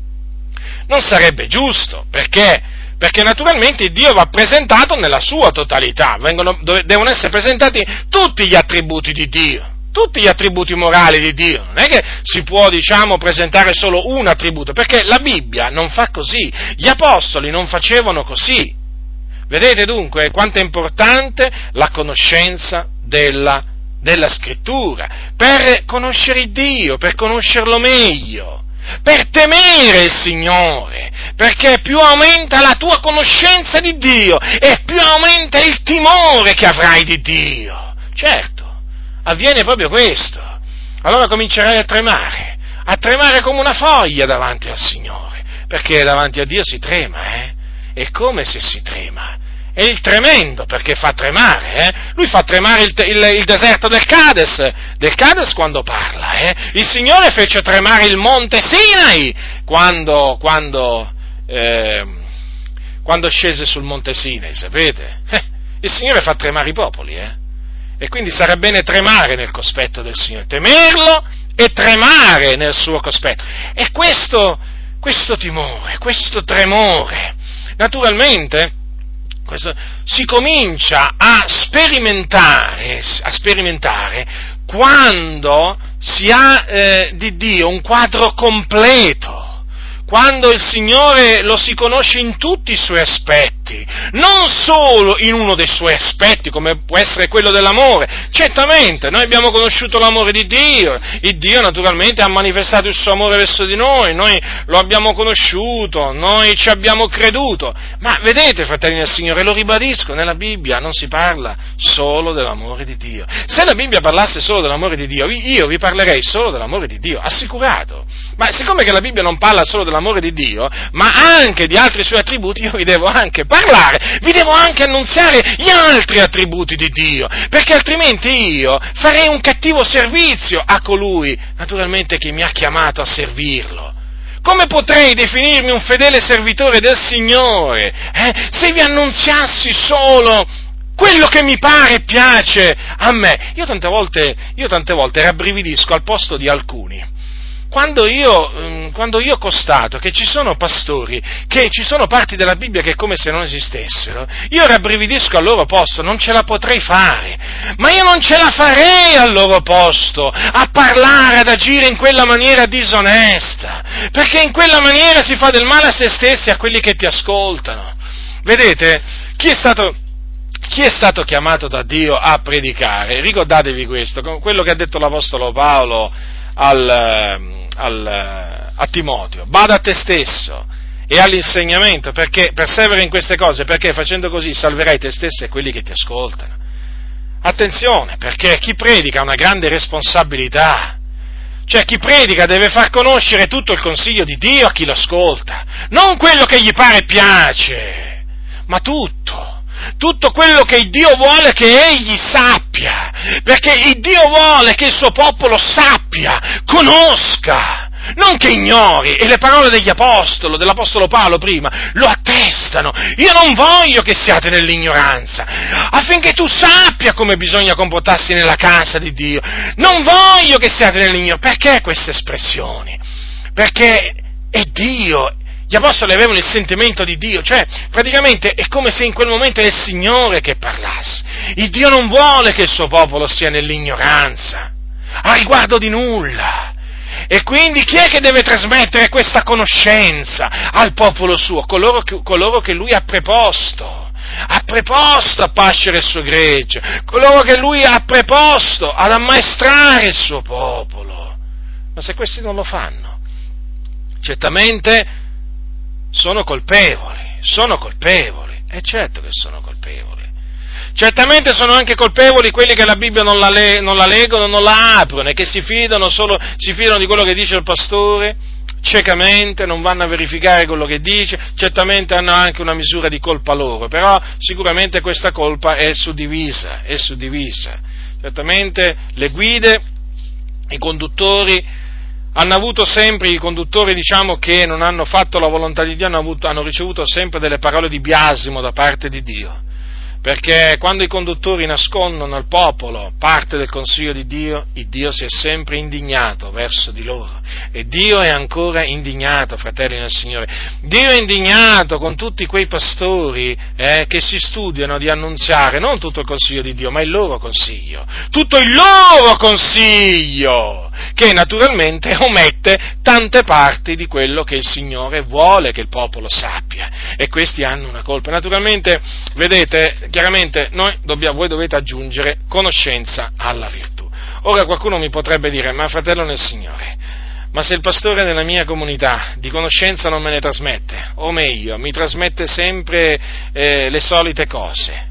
Non sarebbe giusto, perché? Perché naturalmente Dio va presentato nella sua totalità, vengono, devono essere presentati tutti gli attributi di Dio, tutti gli attributi morali di Dio, non è che si può, diciamo, presentare solo un attributo, perché la Bibbia non fa così, gli apostoli non facevano così. Vedete dunque quanto è importante la conoscenza della, della Scrittura, per conoscere Dio, per conoscerlo meglio, per temere il Signore, perché più aumenta la tua conoscenza di Dio e più aumenta il timore che avrai di Dio. Certo, avviene proprio questo. Allora comincerai a tremare, a tremare come una foglia davanti al Signore, perché davanti a Dio si trema, eh? È come se si trema. È il tremendo, perché fa tremare, eh? Lui fa tremare il, il, il deserto del Cades, del Cades quando parla, eh? Il Signore fece tremare il monte Sinai quando, quando, eh, quando scese sul monte Sinai, sapete? Eh, il Signore fa tremare i popoli, eh? E quindi sarà bene tremare nel cospetto del Signore, temerlo e tremare nel suo cospetto. E questo, questo timore, questo tremore, naturalmente, questo, si comincia a sperimentare, a sperimentare quando si ha eh, di Dio un quadro completo, quando il Signore lo si conosce in tutti i suoi aspetti, non solo in uno dei suoi aspetti, come può essere quello dell'amore. Certamente, noi abbiamo conosciuto l'amore di Dio, il Dio naturalmente ha manifestato il suo amore verso di noi, noi lo abbiamo conosciuto, noi ci abbiamo creduto, ma vedete, fratelli del Signore, lo ribadisco, nella Bibbia non si parla solo dell'amore di Dio. Se la Bibbia parlasse solo dell'amore di Dio, io vi parlerei solo dell'amore di Dio, assicurato. Ma siccome che la Bibbia non parla solo dell'amore di Dio, ma anche di altri suoi attributi, io vi devo anche parlare, vi devo anche annunziare gli altri attributi di Dio, perché altrimenti io farei un cattivo servizio a colui, naturalmente, che mi ha chiamato a servirlo. Come potrei definirmi un fedele servitore del Signore, eh, se vi annunziassi solo quello che mi pare e piace a me? Io tante volte, io tante volte rabbrividisco al posto di alcuni. Quando io, quando io constato che ci sono pastori, che ci sono parti della Bibbia che è come se non esistessero, io rabbrividisco al loro posto, non ce la potrei fare, ma io non ce la farei al loro posto, a parlare, ad agire in quella maniera disonesta, perché in quella maniera si fa del male a se stessi e a quelli che ti ascoltano. Vedete, chi è stato... Chi è stato chiamato da Dio a predicare? Ricordatevi questo, quello che ha detto l'Apostolo Paolo al, al, a Timoteo: bada a te stesso e all'insegnamento, perché persevera in queste cose, perché facendo così salverai te stesso e quelli che ti ascoltano. Attenzione, perché chi predica ha una grande responsabilità. Cioè, chi predica deve far conoscere tutto il consiglio di Dio a chi lo ascolta, non quello che gli pare e piace, ma tutto. Tutto quello che il Dio vuole che egli sappia, perché il Dio vuole che il suo popolo sappia, conosca, non che ignori, e le parole degli apostoli, dell'apostolo Paolo prima, lo attestano. Io non voglio che siate nell'ignoranza, affinché tu sappia come bisogna comportarsi nella casa di Dio. Non voglio che siate nell'ignoranza. Perché queste espressioni? Perché è Dio. Gli apostoli avevano il sentimento di Dio, cioè praticamente è come se in quel momento è il Signore che parlasse. Il Dio non vuole che il suo popolo sia nell'ignoranza, a riguardo di nulla. E quindi chi è che deve trasmettere questa conoscenza al popolo suo? Coloro che, coloro che lui ha preposto, ha preposto a pascere il suo gregge, coloro che lui ha preposto ad ammaestrare il suo popolo. Ma se questi non lo fanno, certamente sono colpevoli, sono colpevoli, è certo che sono colpevoli. Certamente sono anche colpevoli quelli che la Bibbia non la, le, non la leggono, non la aprono e che si fidano solo, si fidano di quello che dice il pastore, ciecamente, non vanno a verificare quello che dice, certamente hanno anche una misura di colpa loro, però sicuramente questa colpa è suddivisa, è suddivisa. Certamente le guide, i conduttori, hanno avuto sempre, i conduttori diciamo che non hanno fatto la volontà di Dio, hanno, avuto, hanno ricevuto sempre delle parole di biasimo da parte di Dio. Perché quando i conduttori nascondono al popolo parte del consiglio di Dio, il Dio si è sempre indignato verso di loro. E Dio è ancora indignato, fratelli nel Signore. Dio è indignato con tutti quei pastori eh, che si studiano di annunziare non tutto il consiglio di Dio, ma il loro consiglio. Tutto il loro consiglio! Che naturalmente omette tante parti di quello che il Signore vuole che il popolo sappia. E questi hanno una colpa. Naturalmente, vedete, chiaramente noi dobbiamo, voi dovete aggiungere conoscenza alla virtù. Ora qualcuno mi potrebbe dire, ma fratello nel Signore, ma se il pastore nella mia comunità di conoscenza non me ne trasmette, o meglio, mi trasmette sempre eh, le solite cose,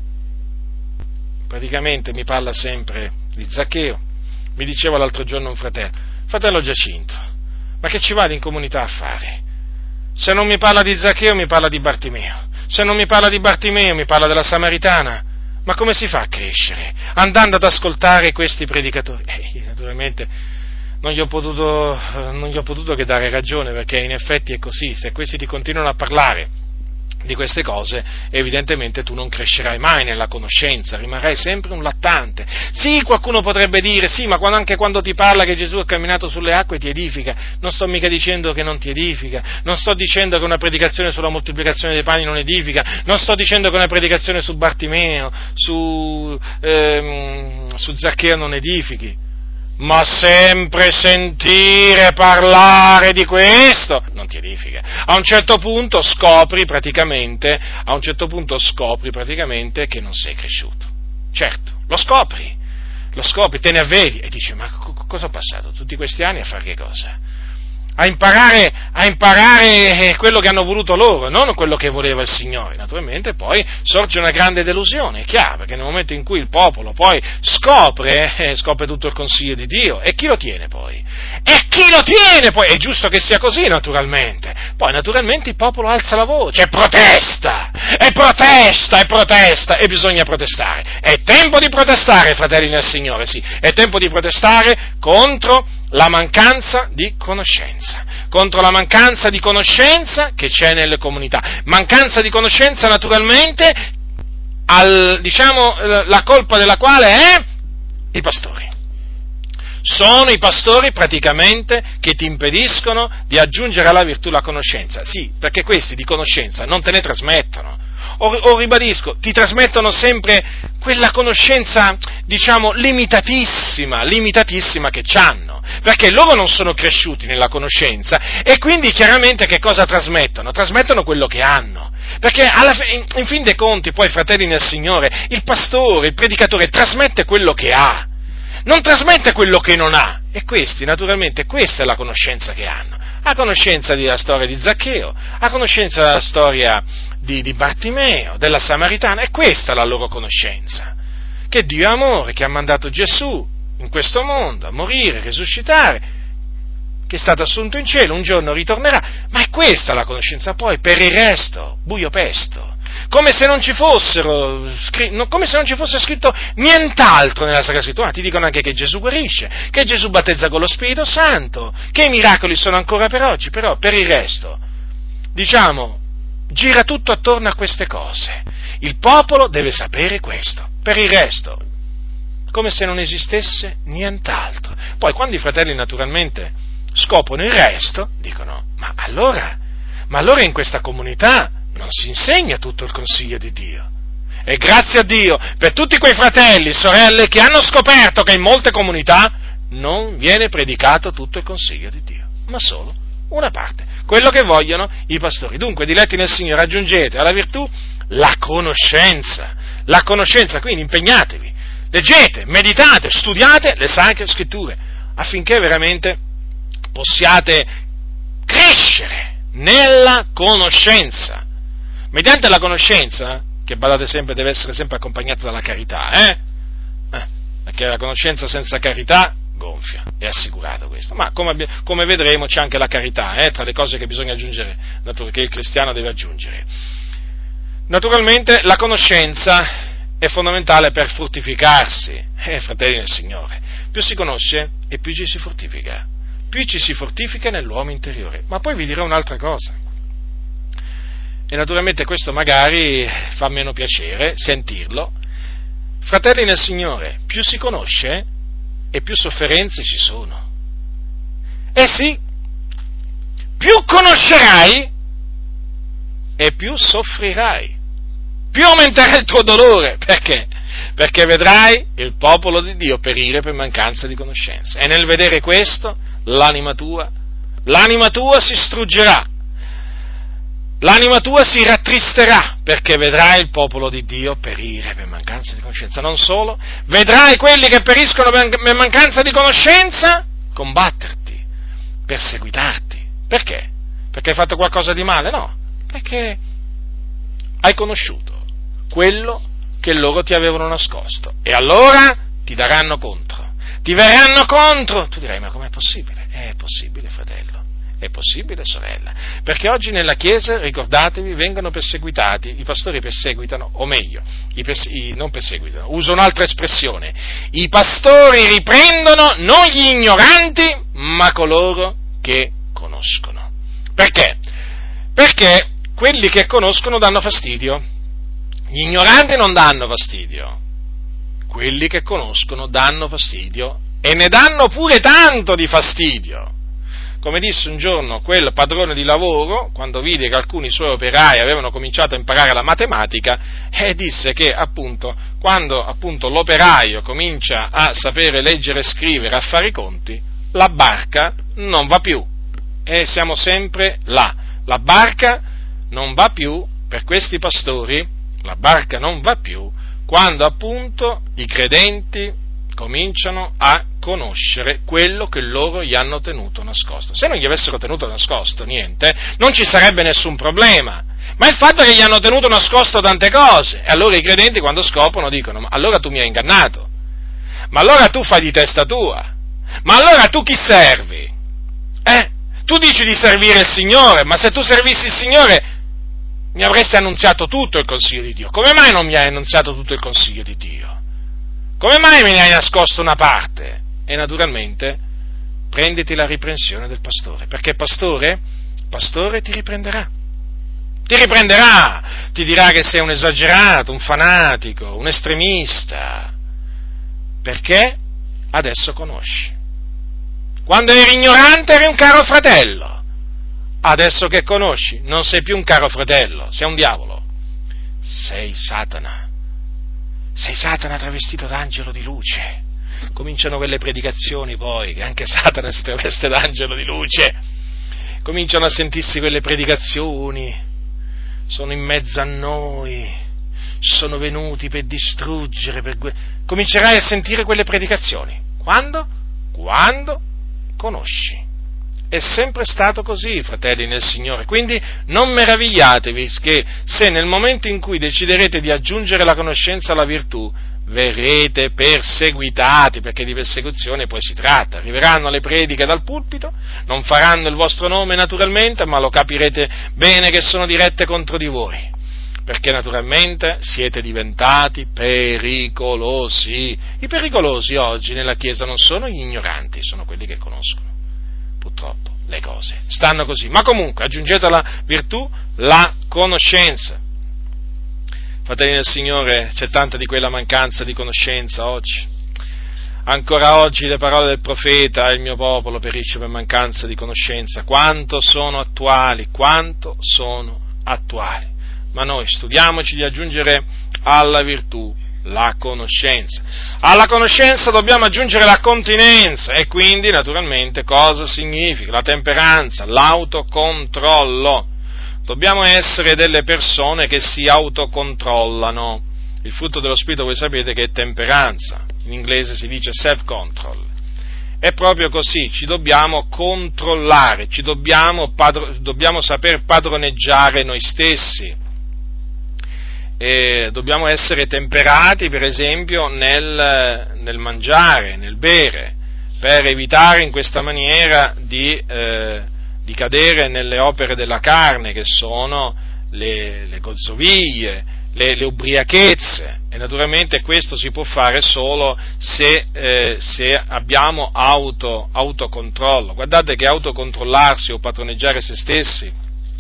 praticamente mi parla sempre di Zaccheo, mi diceva l'altro giorno un fratello, fratello Giacinto, ma che ci vado in comunità a fare? Se non mi parla di Zaccheo mi parla di Bartimeo, se non mi parla di Bartimeo mi parla della Samaritana, ma come si fa a crescere? Andando ad ascoltare questi predicatori? Eh, naturalmente non gli ho potuto, non gli ho potuto che dare ragione, perché in effetti è così, se questi ti continuano a parlare di queste cose, evidentemente tu non crescerai mai nella conoscenza, rimarrai sempre un lattante. Sì, qualcuno potrebbe dire, sì, ma quando, anche quando ti parla che Gesù ha camminato sulle acque ti edifica, non sto mica dicendo che non ti edifica, non sto dicendo che una predicazione sulla moltiplicazione dei pani non edifica, non sto dicendo che una predicazione su Bartimeo, su, ehm, su Zaccheo non edifichi, ma sempre sentire parlare di questo non ti edifica. A un certo punto scopri praticamente, a un certo punto scopri praticamente che non sei cresciuto. Certo, lo scopri, lo scopri, te ne avvedi e dici, ma co- cosa ho passato tutti questi anni a fare che cosa? A imparare, a imparare quello che hanno voluto loro, non quello che voleva il Signore. Naturalmente poi sorge una grande delusione, è chiaro, perché nel momento in cui il popolo poi scopre, eh, scopre tutto il consiglio di Dio, e chi lo tiene poi? E chi lo tiene poi? È giusto che sia così, naturalmente. Poi naturalmente il popolo alza la voce, e protesta, e protesta, e protesta, e bisogna protestare. È tempo di protestare, fratelli nel Signore, sì, è tempo di protestare contro la mancanza di conoscenza, contro la mancanza di conoscenza che c'è nelle comunità, mancanza di conoscenza naturalmente, al, diciamo, la colpa della quale è i pastori. Sono i pastori praticamente che ti impediscono di aggiungere alla virtù la conoscenza, sì, perché questi di conoscenza non te ne trasmettono. O, o ribadisco, ti trasmettono sempre quella conoscenza, diciamo, limitatissima, limitatissima che c'hanno, perché loro non sono cresciuti nella conoscenza e quindi chiaramente che cosa trasmettono? Trasmettono quello che hanno, perché alla, in, in fin dei conti poi, fratelli nel Signore, il pastore, il predicatore trasmette quello che ha, non trasmette quello che non ha, e questi naturalmente, questa è la conoscenza che hanno, ha conoscenza della storia di Zaccheo, ha conoscenza della storia Di, di Bartimeo, della Samaritana, e questa è la loro conoscenza, che Dio è amore, che ha mandato Gesù in questo mondo a morire, risuscitare, che è stato assunto in cielo, un giorno ritornerà, ma è questa la conoscenza. Poi per il resto, buio pesto, come se non ci fossero, come se non ci fosse scritto nient'altro nella Sacra Scrittura. Ti dicono anche che Gesù guarisce, che Gesù battezza con lo Spirito Santo, che i miracoli sono ancora per oggi, però per il resto, diciamo, gira tutto attorno a queste cose. Il popolo deve sapere questo, per il resto, come se non esistesse nient'altro. Poi quando i fratelli naturalmente scoprono il resto, dicono, ma allora, ma allora in questa comunità non si insegna tutto il consiglio di Dio. E grazie a Dio per tutti quei fratelli, sorelle, che hanno scoperto che in molte comunità non viene predicato tutto il consiglio di Dio, ma solo una parte, quello che vogliono i pastori. Dunque, diletti nel Signore, aggiungete alla virtù la conoscenza, la conoscenza, quindi impegnatevi, leggete, meditate, studiate le Sacre Scritture, affinché veramente possiate crescere nella conoscenza. Mediante la conoscenza, che badate sempre, deve essere sempre accompagnata dalla carità, eh? eh perché la conoscenza senza carità gonfia, è assicurato questo, ma come, come vedremo c'è anche la carità, eh, tra le cose che bisogna aggiungere, che il cristiano deve aggiungere. Naturalmente la conoscenza è fondamentale per fortificarsi, eh, fratelli nel Signore, più si conosce e più ci si fortifica, più ci si fortifica nell'uomo interiore. Ma poi vi dirò un'altra cosa, e naturalmente questo magari fa meno piacere sentirlo. Fratelli nel Signore, più si conosce e più sofferenze ci sono. Eh sì, più conoscerai e più soffrirai, più aumenterà il tuo dolore. Perché? Perché vedrai il popolo di Dio perire per mancanza di conoscenza, e nel vedere questo l'anima tua, l'anima tua si struggerà, l'anima tua si rattristerà, perché vedrai il popolo di Dio perire per mancanza di conoscenza. Non solo, vedrai quelli che periscono per mancanza di conoscenza combatterti, perseguitarti. Perché? Perché hai fatto qualcosa di male? No, perché hai conosciuto quello che loro ti avevano nascosto, e allora ti daranno contro, ti verranno contro. Tu dirai, ma com'è possibile? È possibile, fratello. È possibile, sorella, perché oggi nella Chiesa, ricordatevi, vengono perseguitati, i pastori perseguitano, o meglio, i perse- i, non perseguitano, uso un'altra espressione, i pastori riprendono non gli ignoranti, ma coloro che conoscono. Perché? Perché quelli che conoscono danno fastidio, gli ignoranti non danno fastidio, quelli che conoscono danno fastidio, e ne danno pure tanto di fastidio. Come disse un giorno quel padrone di lavoro, quando vide che alcuni suoi operai avevano cominciato a imparare la matematica, e disse che appunto, quando appunto l'operaio comincia a sapere leggere e scrivere, a fare i conti, la barca non va più. E siamo sempre là. La barca non va più per questi pastori, la barca non va più quando appunto i credenti cominciano a conoscere quello che loro gli hanno tenuto nascosto. Se non gli avessero tenuto nascosto niente, non ci sarebbe nessun problema, ma il fatto è che gli hanno tenuto nascosto tante cose, e allora i credenti quando scoprono dicono, ma allora tu mi hai ingannato, ma allora tu fai di testa tua, ma allora tu chi servi? Eh? Tu dici di servire il Signore, ma se tu servissi il Signore mi avresti annunziato tutto il consiglio di Dio. Come mai non mi hai annunziato tutto il consiglio di Dio? Come mai me ne hai nascosto una parte? E naturalmente prenditi la riprensione del pastore, perché pastore, pastore ti riprenderà, ti riprenderà, ti dirà che sei un esagerato, un fanatico, un estremista, perché adesso conosci. Quando eri ignorante eri un caro fratello, adesso che conosci non sei più un caro fratello, sei un diavolo, sei Satana. Sei Satana travestito d'angelo di luce. Cominciano quelle predicazioni poi, che anche Satana si traveste d'angelo di luce. Cominciano a sentirsi quelle predicazioni, sono in mezzo a noi, sono venuti per distruggere, per... comincerai a sentire quelle predicazioni. Quando? Quando conosci. È sempre stato così, fratelli nel Signore, quindi non meravigliatevi che se nel momento in cui deciderete di aggiungere la conoscenza alla virtù, verrete perseguitati, perché di persecuzione poi si tratta. Arriveranno le prediche dal pulpito, non faranno il vostro nome naturalmente, ma lo capirete bene che sono dirette contro di voi. perché naturalmente siete diventati pericolosi. I pericolosi oggi nella Chiesa non sono gli ignoranti, sono quelli che conoscono, purtroppo, le cose. Stanno così. Ma comunque, aggiungete alla virtù la conoscenza. Fratelli del Signore, c'è tanta di quella mancanza di conoscenza oggi. Ancora oggi le parole del profeta, il mio popolo perisce per mancanza di conoscenza. Quanto sono attuali, quanto sono attuali. Ma noi studiamoci di aggiungere alla virtù la conoscenza. Alla conoscenza dobbiamo aggiungere la continenza e quindi naturalmente cosa significa? La temperanza, l'autocontrollo. Dobbiamo essere delle persone che si autocontrollano. Il frutto dello Spirito voi sapete che è temperanza, in inglese si dice self-control. È proprio così, ci dobbiamo controllare, ci dobbiamo, padro- dobbiamo saper padroneggiare noi stessi. E dobbiamo essere temperati, per esempio, nel, nel mangiare, nel bere, per evitare in questa maniera di, eh, di cadere nelle opere della carne, che sono le, le gozzoviglie, le, le ubriachezze. E naturalmente questo si può fare solo se, eh, se abbiamo auto, autocontrollo. Guardate che autocontrollarsi o padroneggiare se stessi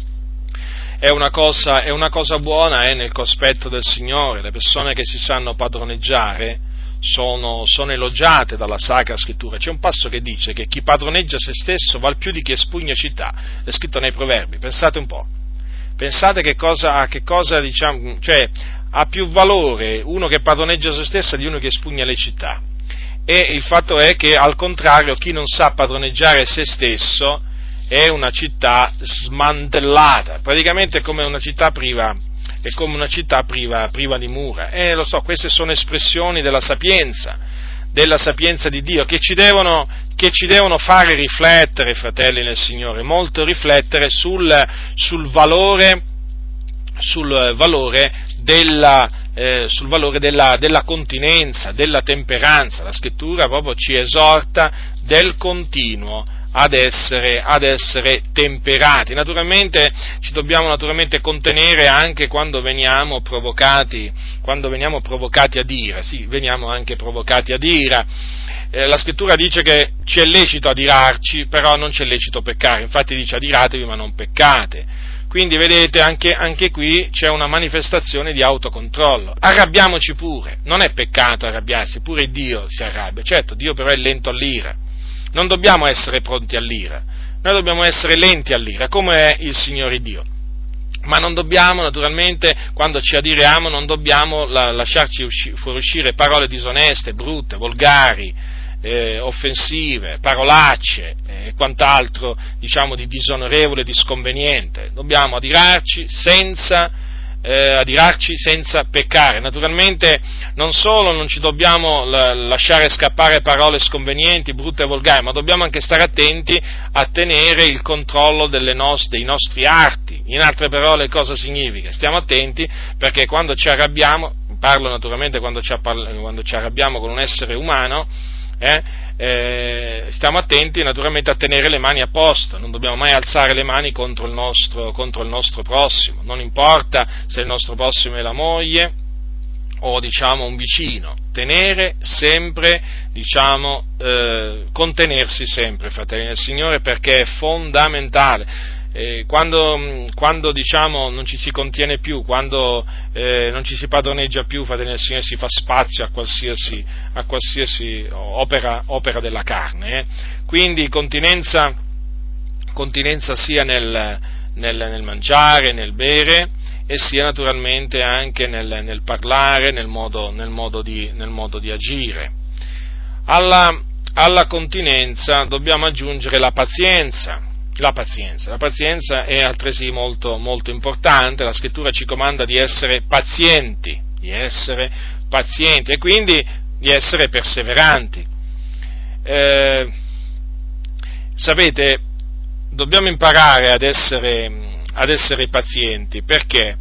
È una, cosa, è una cosa buona eh, nel cospetto del Signore. Le persone che si sanno padroneggiare sono, sono elogiate dalla Sacra Scrittura. C'è un passo che dice che chi padroneggia se stesso val più di chi espugna città. È scritto nei Proverbi. Pensate un po'. Pensate che cosa, che cosa diciamo, cioè ha più valore uno che padroneggia se stesso di uno che espugna le città. E il fatto è che al contrario chi non sa padroneggiare se stesso è una città smantellata, praticamente è come una città priva, è come una città priva, priva di mura. E lo so, queste sono espressioni della sapienza, della sapienza di Dio, che ci devono, che ci devono fare riflettere, fratelli nel Signore, molto riflettere sul, sul valore, sul valore della, eh, sul valore della, della continenza, della temperanza. La Scrittura proprio ci esorta del continuo ad essere, ad essere temperati. Naturalmente ci dobbiamo naturalmente contenere anche quando veniamo provocati, quando veniamo provocati ad ira. Sì, veniamo anche provocati ad ira. Eh, la Scrittura dice che ci è lecito adirarci, però non ci è lecito peccare. Infatti dice adiratevi ma non peccate. Quindi vedete, anche, anche qui c'è una manifestazione di autocontrollo. Arrabbiamoci pure, non è peccato arrabbiarsi, pure Dio si arrabbia. Certo, Dio però è lento all'ira. Non dobbiamo essere pronti all'ira, noi dobbiamo essere lenti all'ira, come è il Signore Dio. Ma non dobbiamo, naturalmente, quando ci adiriamo, non dobbiamo la, lasciarci usci, fuoriuscire parole disoneste, brutte, volgari, eh, offensive, parolacce e eh, quant'altro, diciamo, di disonorevole, di sconveniente. Dobbiamo adirarci senza Eh, adirarci senza peccare. Naturalmente non solo non ci dobbiamo la, lasciare scappare parole sconvenienti, brutte e volgari, ma dobbiamo anche stare attenti a tenere il controllo delle nos- dei nostri arti. In altre parole, cosa significa? Stiamo attenti, perché quando ci arrabbiamo, parlo naturalmente quando ci, appar- quando ci arrabbiamo con un essere umano, eh, eh, stiamo attenti naturalmente a tenere le mani a posto, non dobbiamo mai alzare le mani contro il nostro, contro il nostro prossimo, non importa se il nostro prossimo è la moglie o diciamo un vicino, tenere sempre, diciamo, eh, contenersi sempre, fratelli del Signore, perché è fondamentale. Eh, quando, quando diciamo non ci si contiene più, quando eh, non ci si padroneggia più, fratelli del Signore, si fa spazio a qualsiasi, a qualsiasi opera, opera della carne. Eh. Quindi continenza, continenza sia nel, nel, nel mangiare, nel bere, e sia naturalmente anche nel, nel parlare, nel modo, nel, modo di, nel modo di agire. Alla, alla continenza dobbiamo aggiungere la pazienza. La pazienza. La pazienza è altresì molto, molto importante. La Scrittura ci comanda di essere pazienti, di essere pazienti e quindi di essere perseveranti. Eh, sapete, dobbiamo imparare ad essere, ad essere pazienti, perché?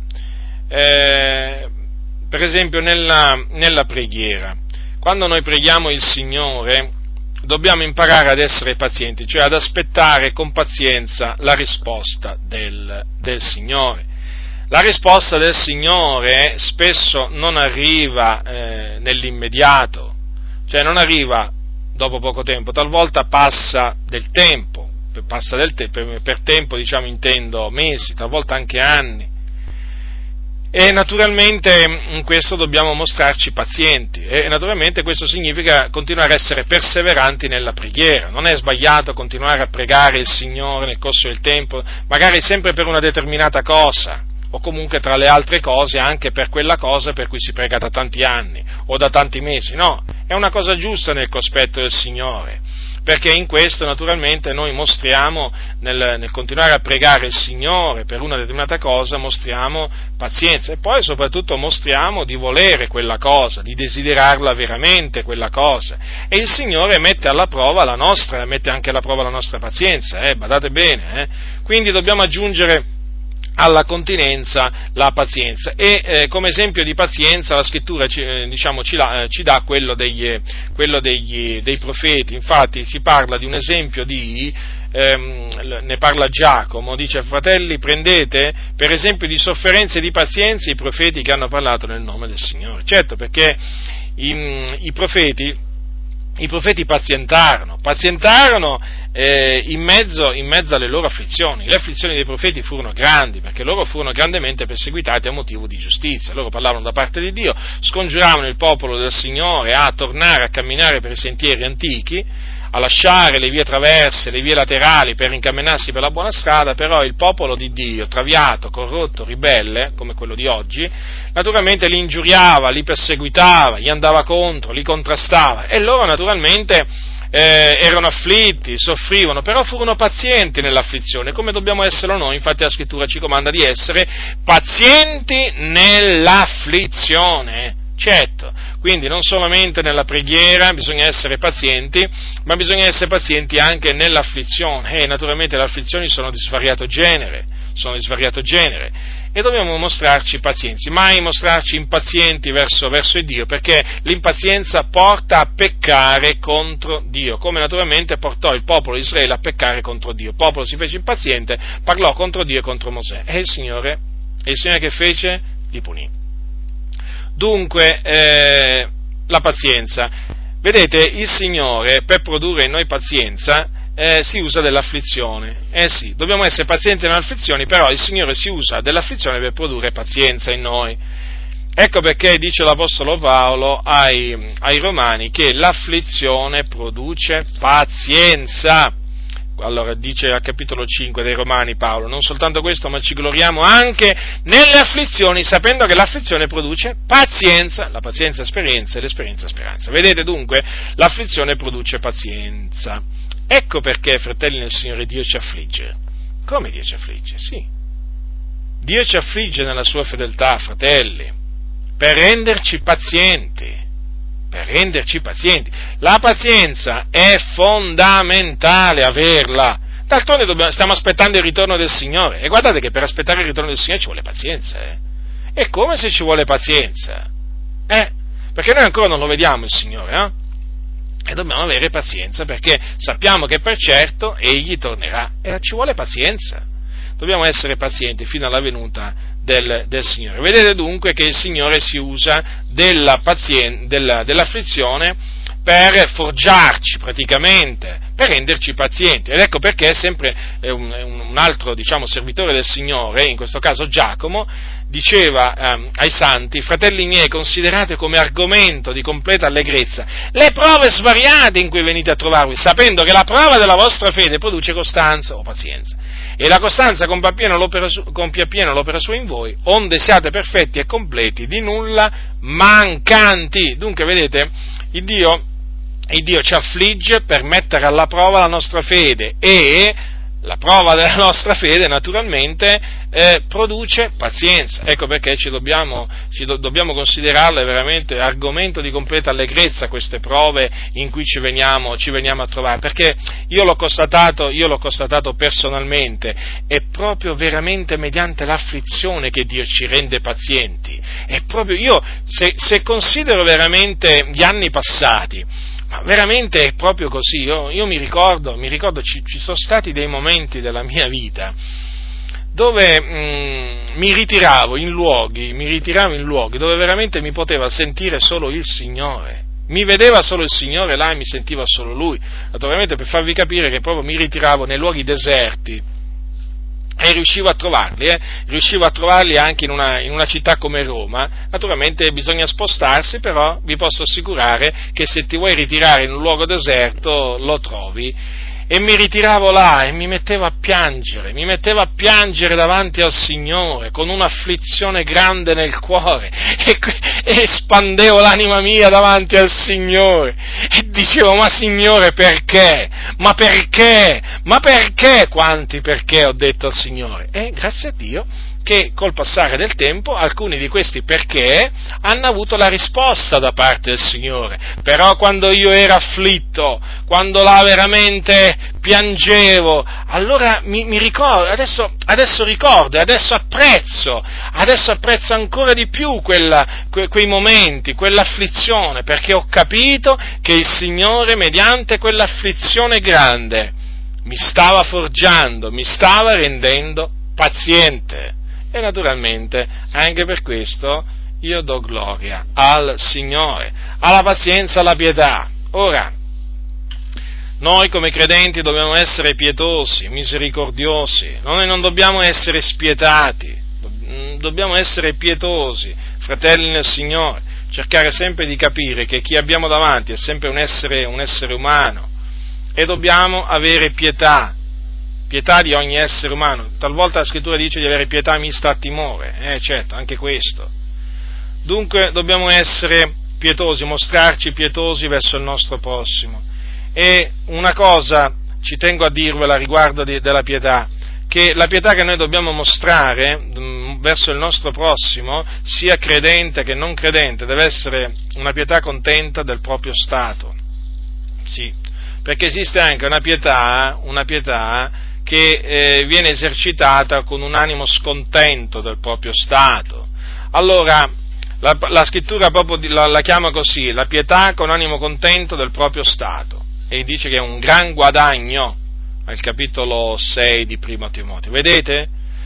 Eh, per esempio nella, nella preghiera, quando noi preghiamo il Signore, dobbiamo imparare ad essere pazienti, cioè ad aspettare con pazienza la risposta del, del Signore. La risposta del Signore spesso non arriva eh, nell'immediato, cioè non arriva dopo poco tempo, talvolta passa del tempo, passa del te- per, per tempo diciamo intendo mesi, talvolta anche anni. E naturalmente in questo dobbiamo mostrarci pazienti e naturalmente questo significa continuare a essere perseveranti nella preghiera. Non è sbagliato continuare a pregare il Signore nel corso del tempo, magari sempre per una determinata cosa, o comunque tra le altre cose anche per quella cosa per cui si prega da tanti anni o da tanti mesi. No, è una cosa giusta nel cospetto del Signore, perché in questo naturalmente noi mostriamo, nel, nel continuare a pregare il Signore per una determinata cosa, mostriamo pazienza e poi soprattutto mostriamo di volere quella cosa, di desiderarla veramente quella cosa, e il Signore mette alla prova la nostra, mette anche alla prova la nostra pazienza, eh, badate bene, eh. Quindi dobbiamo aggiungere alla continenza la pazienza e eh, come esempio di pazienza la scrittura ci, eh, diciamo, ci, la, eh, ci dà quello, degli, quello degli, dei profeti. Infatti si parla di un esempio di ehm, ne parla Giacomo, dice: fratelli, prendete per esempio di sofferenze e di pazienza i profeti che hanno parlato nel nome del Signore. Certo, perché i, i profeti I profeti pazientarono, pazientarono eh, in, mezzo, in mezzo alle loro afflizioni. Le afflizioni dei profeti furono grandi, perché loro furono grandemente perseguitati a motivo di giustizia. Loro parlavano da parte di Dio, scongiuravano il popolo del Signore a tornare a camminare per i sentieri antichi, a lasciare le vie traverse, le vie laterali per incamminarsi per la buona strada, però il popolo di Dio, traviato, corrotto, ribelle, come quello di oggi, naturalmente li ingiuriava, li perseguitava, gli andava contro, li contrastava, e loro naturalmente eh, erano afflitti, soffrivano, però furono pazienti nell'afflizione, come dobbiamo esserlo noi. Infatti la Scrittura ci comanda di essere pazienti nell'afflizione. Certo, quindi non solamente nella preghiera bisogna essere pazienti, ma bisogna essere pazienti anche nell'afflizione, e naturalmente le afflizioni sono di svariato genere, sono di svariato genere, e dobbiamo mostrarci pazienzi, mai mostrarci impazienti verso, verso Dio, perché l'impazienza porta a peccare contro Dio, come naturalmente portò il popolo di Israele a peccare contro Dio. Il popolo si fece impaziente, parlò contro Dio e contro Mosè, e il Signore, e il Signore che fece? Li punì. Dunque, eh, la pazienza. Vedete, il Signore, per produrre in noi pazienza, eh, si usa dell'afflizione. Eh sì, dobbiamo essere pazienti nelle afflizioni, però il Signore si usa dell'afflizione per produrre pazienza in noi. Ecco perché dice l'Apostolo Paolo ai, ai Romani che l'afflizione produce pazienza. Allora dice al capitolo cinque dei Romani Paolo: non soltanto questo, ma ci gloriamo anche nelle afflizioni, sapendo che l'afflizione produce pazienza, la pazienza esperienza e l'esperienza speranza. Vedete dunque, l'afflizione produce pazienza. Ecco perché, fratelli nel Signore, Dio ci affligge. Come Dio ci affligge? Sì. Dio ci affligge nella sua fedeltà, fratelli, per renderci pazienti. Per renderci pazienti. La pazienza è fondamentale averla. D'altronde dobbiamo, stiamo aspettando il ritorno del Signore. E guardate che per aspettare il ritorno del Signore ci vuole pazienza. Eh? È come se ci vuole pazienza. Eh? Perché noi ancora non lo vediamo il Signore. Eh? E dobbiamo avere pazienza, perché sappiamo che per certo Egli tornerà. E ci vuole pazienza. Dobbiamo essere pazienti fino alla venuta del, del Signore. Vedete dunque che il Signore si usa della pazien- della, dell'afflizione per forgiarci praticamente, per renderci pazienti. Ed ecco perché sempre eh, un, un altro, diciamo, servitore del Signore, in questo caso Giacomo, diceva ehm, ai santi: fratelli miei, considerate come argomento di completa allegrezza le prove svariate in cui venite a trovarvi, sapendo che la prova della vostra fede produce costanza o pazienza. E la costanza compie appieno l'opera, compie appieno l'opera sua in voi, onde siate perfetti e completi, di nulla mancanti. Dunque, vedete, il Dio, il Dio ci affligge per mettere alla prova la nostra fede, e la prova della nostra fede naturalmente eh, produce pazienza. Ecco perché ci dobbiamo, ci do, dobbiamo considerarle veramente argomento di completa allegrezza queste prove in cui ci veniamo, ci veniamo a trovare, perché io l'ho constatato, io l'ho constatato personalmente, è proprio veramente mediante l'afflizione che Dio ci rende pazienti. È proprio io, se, se considero veramente gli anni passati, ma veramente è proprio così. Io, io mi ricordo, mi ricordo ci, ci sono stati dei momenti della mia vita dove mh, mi ritiravo in luoghi, mi ritiravo in luoghi dove veramente mi poteva sentire solo il Signore. Mi vedeva solo il Signore là e mi sentiva solo Lui. Naturalmente, per farvi capire che proprio mi ritiravo nei luoghi deserti e riuscivo a trovarli, eh? riuscivo a trovarli anche in una, in una città come Roma. Naturalmente bisogna spostarsi, però vi posso assicurare che se ti vuoi ritirare in un luogo deserto lo trovi. E mi ritiravo là e mi mettevo a piangere, mi mettevo a piangere davanti al Signore, con un'afflizione grande nel cuore, e, e espandevo l'anima mia davanti al Signore, e dicevo: ma Signore, perché? Ma perché? Ma perché? Quanti perché ho detto al Signore? E grazie a Dio che col passare del tempo alcuni di questi perché hanno avuto la risposta da parte del Signore. Però quando io ero afflitto, quando là veramente piangevo, allora mi, mi ricordo, adesso, adesso ricordo e adesso apprezzo, adesso apprezzo ancora di più quella, que, quei momenti, quell'afflizione, perché ho capito che il Signore, mediante quell'afflizione grande, mi stava forgiando, mi stava rendendo paziente. E naturalmente anche per questo io do gloria al Signore, alla pazienza, alla pietà. Ora, noi come credenti dobbiamo essere pietosi, misericordiosi, noi non dobbiamo essere spietati, dobbiamo essere pietosi, fratelli nel Signore, cercare sempre di capire che chi abbiamo davanti è sempre un essere, un essere umano, e dobbiamo avere pietà. Pietà di ogni essere umano. Talvolta la Scrittura dice di avere pietà mista a timore, eh certo, anche questo. Dunque dobbiamo essere pietosi, mostrarci pietosi verso il nostro prossimo. E una cosa ci tengo a dirvela riguardo di, della pietà, che la pietà che noi dobbiamo mostrare mh, verso il nostro prossimo, sia credente che non credente, deve essere una pietà contenta del proprio stato. Sì, perché esiste anche una pietà, una pietà che eh, viene esercitata con un animo scontento del proprio stato. Allora, la, la scrittura proprio la, la chiama così: la pietà con animo contento del proprio stato, e dice che è un gran guadagno, al capitolo sei di Primo Timoteo. Vedete?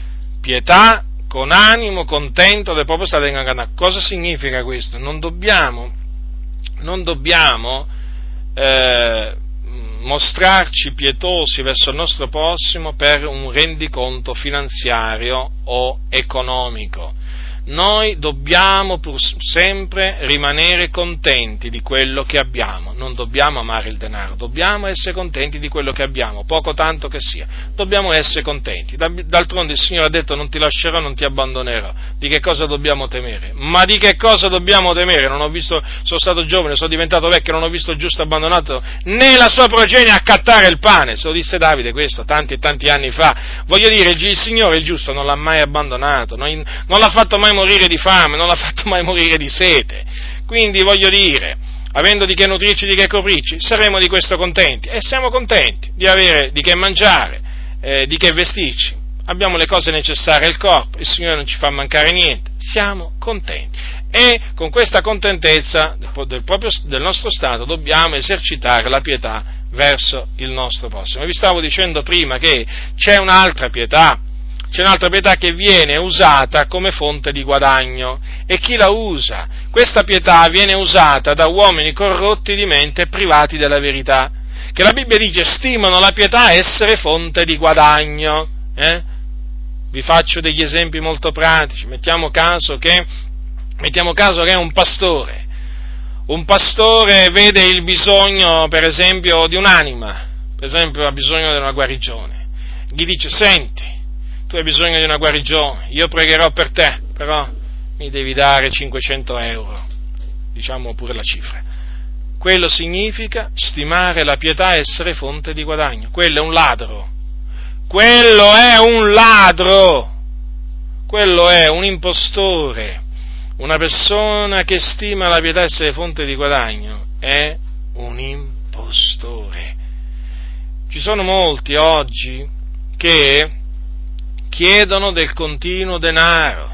Pietà con animo contento del proprio stato. Cosa significa questo? Non dobbiamo, non dobbiamo eh, mostrarci pietosi verso il nostro prossimo per un rendiconto finanziario o economico. Noi dobbiamo pur sempre rimanere contenti di quello che abbiamo, non dobbiamo amare il denaro, dobbiamo essere contenti di quello che abbiamo, poco tanto che sia, dobbiamo essere contenti. D'altronde il Signore ha detto: non ti lascerò, non ti abbandonerò. Di che cosa dobbiamo temere? Ma di che cosa dobbiamo temere? Non ho visto, sono stato giovane, sono diventato vecchio, non ho visto il giusto abbandonato, né la sua progenie accattare il pane. Se lo disse Davide questo tanti e tanti anni fa. Voglio dire, il Signore, il giusto, non l'ha mai abbandonato, non, non l'ha fatto mai morire di fame, non l'ha fatto mai morire di sete. Quindi voglio dire, avendo di che nutrirci, di che coprirci, saremo di questo contenti, e siamo contenti di avere di che mangiare, eh, di che vestirci, abbiamo le cose necessarie al corpo, il Signore non ci fa mancare niente, siamo contenti, e con questa contentezza del, proprio, del nostro stato dobbiamo esercitare la pietà verso il nostro prossimo. E vi stavo dicendo prima che c'è un'altra pietà, C'è un'altra pietà che viene usata come fonte di guadagno. E chi la usa? Questa pietà viene usata da uomini corrotti di mente e privati della verità, che la Bibbia dice stimano la pietà essere fonte di guadagno. Eh? Vi faccio degli esempi molto pratici. Mettiamo caso che, mettiamo caso che è un pastore. Un pastore vede il bisogno, per esempio, di un'anima, per esempio ha bisogno di una guarigione. Gli dice: senti, tu hai bisogno di una guarigione, io pregherò per te, però mi devi dare cinquecento euro, diciamo pure la cifra. Quello significa stimare la pietà essere fonte di guadagno. Quello è un ladro, quello è un ladro, quello è un impostore. Una persona che stima la pietà essere fonte di guadagno è un impostore. Ci sono molti oggi che chiedono del continuo denaro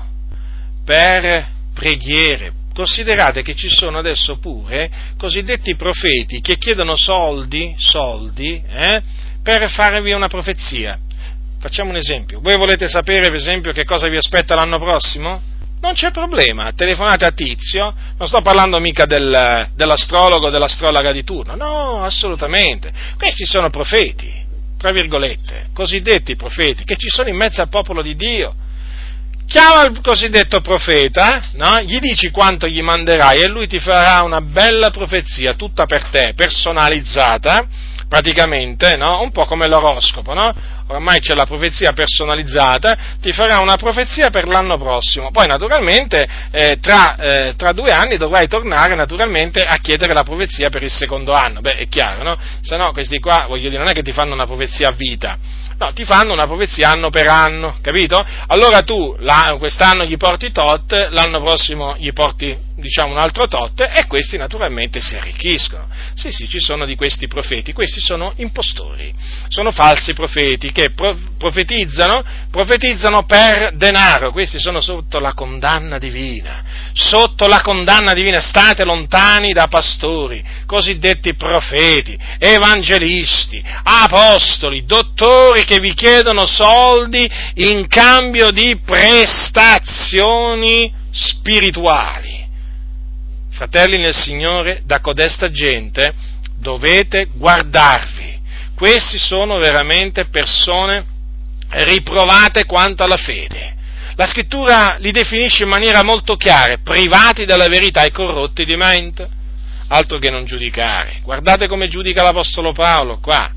per preghiere. Considerate che ci sono adesso pure cosiddetti profeti che chiedono soldi, soldi, eh, per farvi una profezia. Facciamo un esempio. Voi volete sapere, per esempio, che cosa vi aspetta l'anno prossimo? Non c'è problema, telefonate a Tizio, non sto parlando mica del, dell'astrologo o dell'astrologa di turno, no, assolutamente. Questi sono profeti, tra virgolette, cosiddetti profeti, che ci sono in mezzo al popolo di Dio. Chiama il cosiddetto profeta, no? Gli dici quanto gli manderai e lui ti farà una bella profezia, tutta per te, personalizzata, praticamente, no? Un po' come l'oroscopo, no? Ormai c'è la profezia personalizzata, ti farà una profezia per l'anno prossimo. Poi naturalmente eh, tra, eh, tra due anni dovrai tornare naturalmente a chiedere la profezia per il secondo anno. Beh, è chiaro, no? Se no questi qua, voglio dire, non è che ti fanno una profezia a vita. No, ti fanno una profezia anno per anno, capito? Allora tu la, quest'anno gli porti tot, l'anno prossimo gli porti, diciamo, un altro tot, e questi naturalmente si arricchiscono. Sì, sì, ci sono di questi profeti, questi sono impostori, sono falsi profeti che pro- profetizzano, profetizzano per denaro, questi sono sotto la condanna divina, sotto la condanna divina, state lontani da pastori, cosiddetti profeti, evangelisti, apostoli, dottori che vi chiedono soldi in cambio di prestazioni spirituali. Fratelli nel Signore, da codesta gente dovete guardarvi. Questi sono veramente persone riprovate quanto alla fede. La Scrittura li definisce in maniera molto chiara, privati della verità e corrotti di mente. Altro che non giudicare. Guardate come giudica l'Apostolo Paolo qua.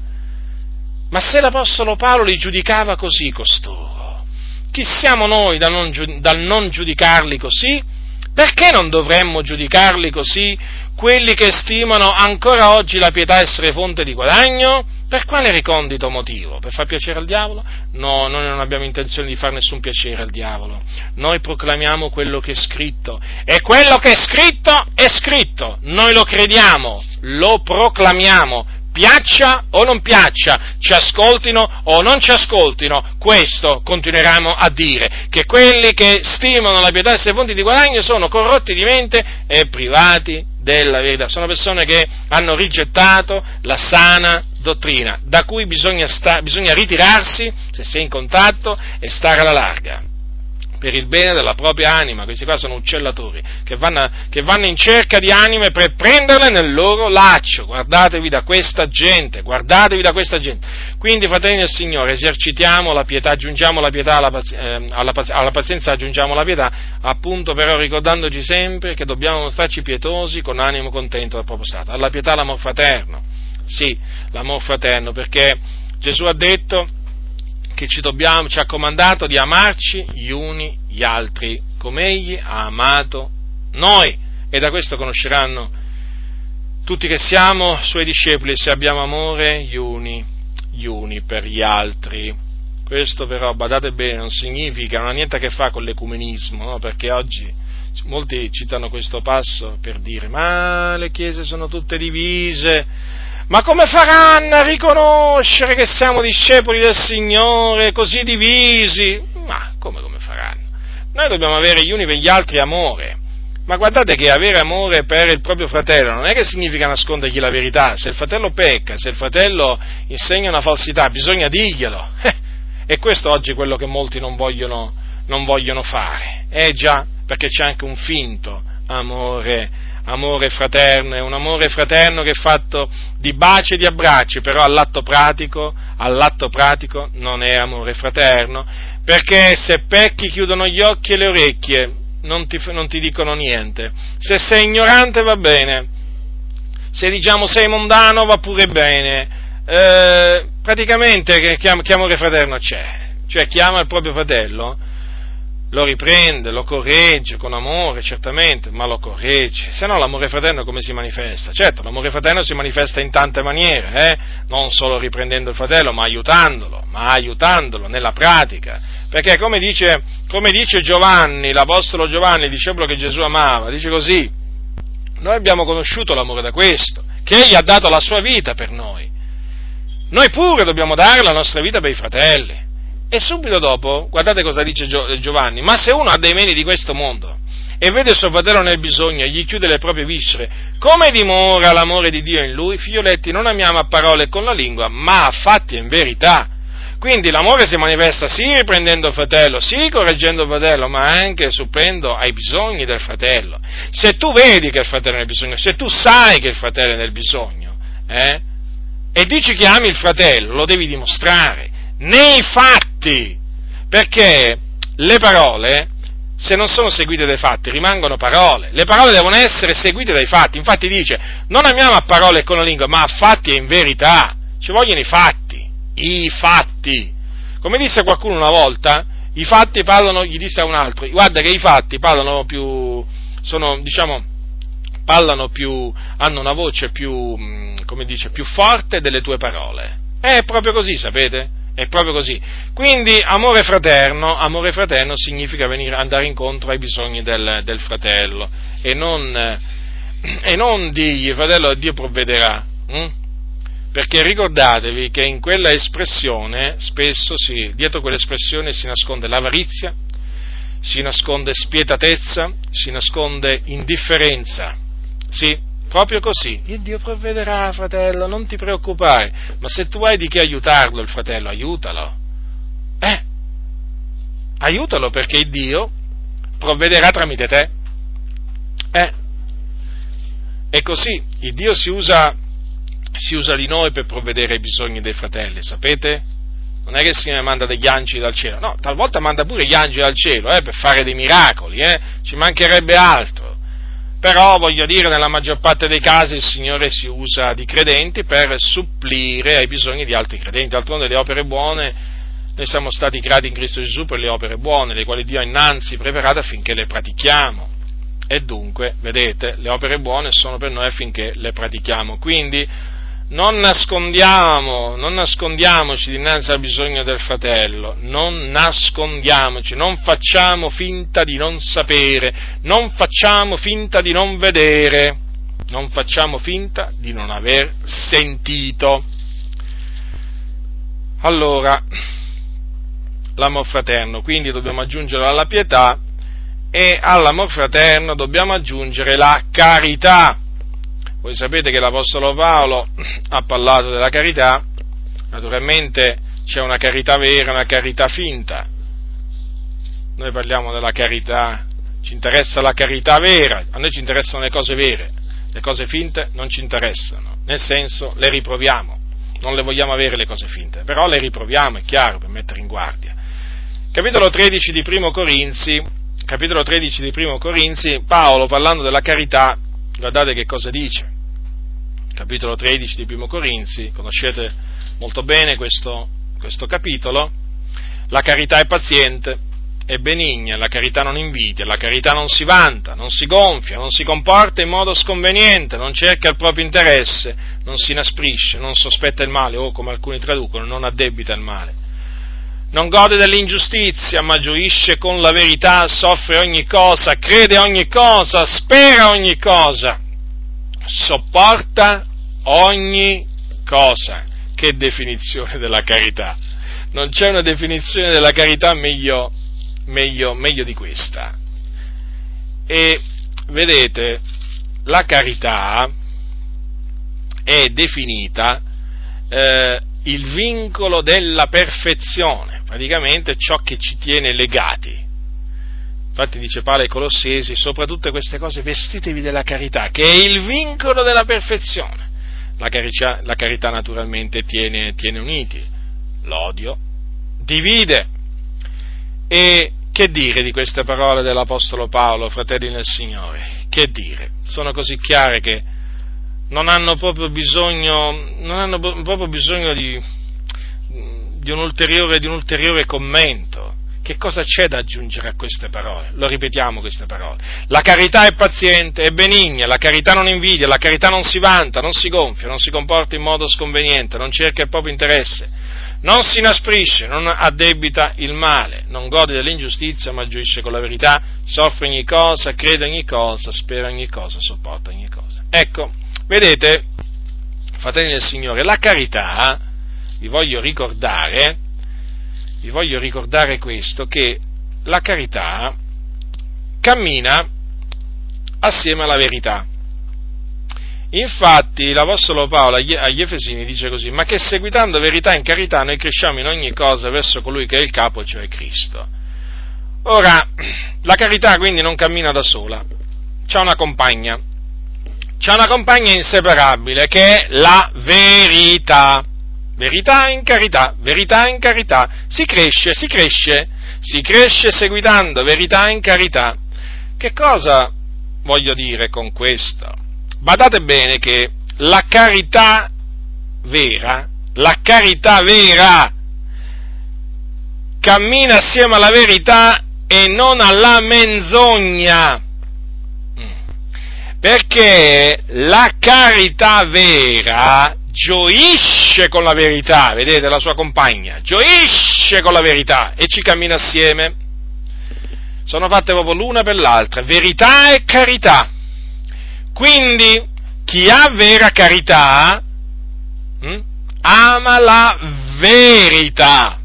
Ma se l'Apostolo Paolo li giudicava così costoro, chi siamo noi da non, dal non giudicarli così? Perché non dovremmo giudicarli così quelli che stimano ancora oggi la pietà essere fonte di guadagno? Per quale recondito motivo? Per far piacere al diavolo? No, noi non abbiamo intenzione di far nessun piacere al diavolo. Noi proclamiamo quello che è scritto. E quello che è scritto è scritto. Noi lo crediamo, lo proclamiamo. Piaccia o non piaccia, ci ascoltino o non ci ascoltino, questo continueremo a dire, che quelli che stimano la pietà essere fonti di guadagno sono corrotti di mente e privati della verità, sono persone che hanno rigettato la sana dottrina, da cui bisogna, sta, bisogna ritirarsi, se sei in contatto, e stare alla larga, per il bene della propria anima. Questi qua sono uccellatori, che vanno, che vanno in cerca di anime per prenderle nel loro laccio. Guardatevi da questa gente, guardatevi da questa gente. Quindi, fratelli del Signore, esercitiamo la pietà, aggiungiamo la pietà alla, eh, alla, alla pazienza, aggiungiamo la pietà, appunto però ricordandoci sempre che dobbiamo mostrarci pietosi con animo contento del proprio stato. Alla pietà l'amor fraterno, sì, l'amor fraterno, perché Gesù ha detto che ci dobbiamo, ci ha comandato di amarci gli uni gli altri, come Egli ha amato noi, e da questo conosceranno tutti che siamo Suoi discepoli, se abbiamo amore gli uni gli uni per gli altri. Questo però, badate bene, non significa, non ha niente a che fare con l'ecumenismo, no? Perché oggi molti citano questo passo per dire: ma le chiese sono tutte divise, ma come faranno a riconoscere che siamo discepoli del Signore così divisi? Ma come come faranno? Noi dobbiamo avere gli uni per gli altri amore, ma guardate che avere amore per il proprio fratello non è che significa nascondergli la verità. Se il fratello pecca, se il fratello insegna una falsità, bisogna dirglielo, eh, e questo oggi è quello che molti non vogliono, non vogliono fare, eh già, perché c'è anche un finto amore amore fraterno, è un amore fraterno che è fatto di baci e di abbracci, però all'atto pratico, all'atto pratico non è amore fraterno, perché se pecchi chiudono gli occhi e le orecchie, non ti, non ti dicono niente. Se sei ignorante va bene, se diciamo sei mondano va pure bene, eh, praticamente che, che amore fraterno c'è? Cioè chiama il proprio fratello, lo riprende, lo corregge con amore, certamente, ma lo corregge, se no l'amore fraterno come si manifesta? Certo, l'amore fraterno si manifesta in tante maniere, eh? Non solo riprendendo il fratello, ma aiutandolo, ma aiutandolo nella pratica, perché come dice, come dice Giovanni, l'apostolo Giovanni, il discepolo che Gesù amava, dice così: noi abbiamo conosciuto l'amore da questo, che Egli ha dato la sua vita per noi, noi pure dobbiamo dare la nostra vita per i fratelli. E subito dopo, guardate cosa dice Giovanni: ma se uno ha dei beni di questo mondo e vede il suo fratello nel bisogno e gli chiude le proprie viscere, come dimora l'amore di Dio in lui? Figlioletti, non amiamo a parole con la lingua, ma a fatti e in verità. Quindi l'amore si manifesta sì riprendendo il fratello, sì correggendo il fratello, ma anche supplendo ai bisogni del fratello. Se tu vedi che il fratello è nel bisogno, se tu sai che il fratello è nel bisogno, eh, e dici che ami il fratello, lo devi dimostrare nei fatti, perché le parole, se non sono seguite dai fatti, rimangono parole. Le parole devono essere seguite dai fatti. Infatti dice, non amiamo a parole e con la lingua, ma a fatti e in verità. Ci vogliono i fatti, i fatti. Come disse qualcuno una volta, i fatti parlano, gli disse a un altro, guarda che i fatti parlano più, sono, diciamo, parlano più, hanno una voce più, come dice, più forte delle tue parole. È proprio così, sapete? È proprio così. Quindi amore fraterno, amore fraterno significa venire, andare incontro ai bisogni del, del fratello e non, e non dirgli, fratello, Dio provvederà. Hm? Perché ricordatevi che in quella espressione, spesso si, dietro quell'espressione si nasconde l'avarizia, si nasconde spietatezza, si nasconde indifferenza. Sì, proprio così. Il Dio provvederà, fratello, non ti preoccupare. Ma se tu hai di che aiutarlo, il fratello, aiutalo. Eh, aiutalo perché il Dio provvederà tramite te. Eh, è così. Il Dio si usa, si usa di noi per provvedere ai bisogni dei fratelli, sapete? Non è che si manda degli angeli dal cielo, no, talvolta manda pure gli angeli dal cielo, eh, per fare dei miracoli, eh, ci mancherebbe altro. Però, voglio dire, nella maggior parte dei casi il Signore si usa di credenti per supplire ai bisogni di altri credenti. D'altronde le opere buone, noi siamo stati creati in Cristo Gesù per le opere buone, le quali Dio ha innanzi preparate affinché le pratichiamo. E dunque, vedete, le opere buone sono per noi affinché le pratichiamo. Quindi non nascondiamo, non nascondiamoci dinanzi al bisogno del fratello, non nascondiamoci, non facciamo finta di non sapere, non facciamo finta di non vedere, non facciamo finta di non aver sentito. Allora, l'amor fraterno, quindi dobbiamo aggiungere alla pietà e all'amor fraterno dobbiamo aggiungere la carità. Voi sapete che l'Apostolo Paolo ha parlato della carità, naturalmente c'è una carità vera e una carità finta. Noi parliamo della carità, ci interessa la carità vera, a noi ci interessano le cose vere, le cose finte non ci interessano, nel senso le riproviamo, non le vogliamo avere le cose finte, però le riproviamo, è chiaro, per mettere in guardia. Capitolo tredici di Primo Corinzi, capitolo tredici di Primo Corinzi, Paolo parlando della carità, guardate che cosa dice. Capitolo tredici di Primo Corinzi, conoscete molto bene questo, questo capitolo. La carità è paziente, è benigna, la carità non invidia, la carità non si vanta, non si gonfia, non si comporta in modo sconveniente, non cerca il proprio interesse, non si inasprisce, non sospetta il male, o come alcuni traducono, non addebita il male. Non gode dell'ingiustizia, ma gioisce con la verità, soffre ogni cosa, crede ogni cosa, spera ogni cosa, sopporta ogni cosa. Che definizione della carità! Non c'è una definizione della carità meglio, meglio, meglio di questa. E vedete, la carità è definita eh, il vincolo della perfezione, praticamente ciò che ci tiene legati. Infatti dice Paolo ai Colossesi, sopra tutte queste cose vestitevi della carità, che è il vincolo della perfezione. La carità, la carità naturalmente tiene, tiene uniti, l'odio divide. E che dire di queste parole dell'Apostolo Paolo, fratelli nel Signore? Che dire? Sono così chiare che non hanno proprio bisogno, non hanno proprio bisogno di, di un ulteriore, di un ulteriore commento. Che cosa c'è da aggiungere a queste parole? Lo ripetiamo queste parole. La carità è paziente, è benigna, la carità non invidia, la carità non si vanta, non si gonfia, non si comporta in modo sconveniente, non cerca il proprio interesse, non si inasprisce, non addebita il male, non gode dell'ingiustizia, ma gioisce con la verità, soffre ogni cosa, crede ogni cosa, spera ogni cosa, sopporta ogni cosa. Ecco, vedete, fratelli del Signore, la carità, vi voglio ricordare, vi voglio ricordare questo, che la carità cammina assieme alla verità. Infatti l'Apostolo Paolo agli, agli Efesini dice così: ma che seguitando verità in carità noi cresciamo in ogni cosa verso colui che è il capo, cioè Cristo. Ora, la carità quindi non cammina da sola, c'ha una compagna, c'ha una compagna inseparabile che è la verità. Verità in carità, verità in carità, si cresce, si cresce, si cresce seguitando verità in carità. Che cosa voglio dire con questo? Badate bene che la carità vera, la carità vera, cammina assieme alla verità e non alla menzogna. Perché la carità vera gioisce con la verità, vedete la sua compagna, gioisce con la verità e ci cammina assieme. Sono fatte proprio l'una per l'altra, verità e carità. Quindi chi ha vera carità hm, ama la verità.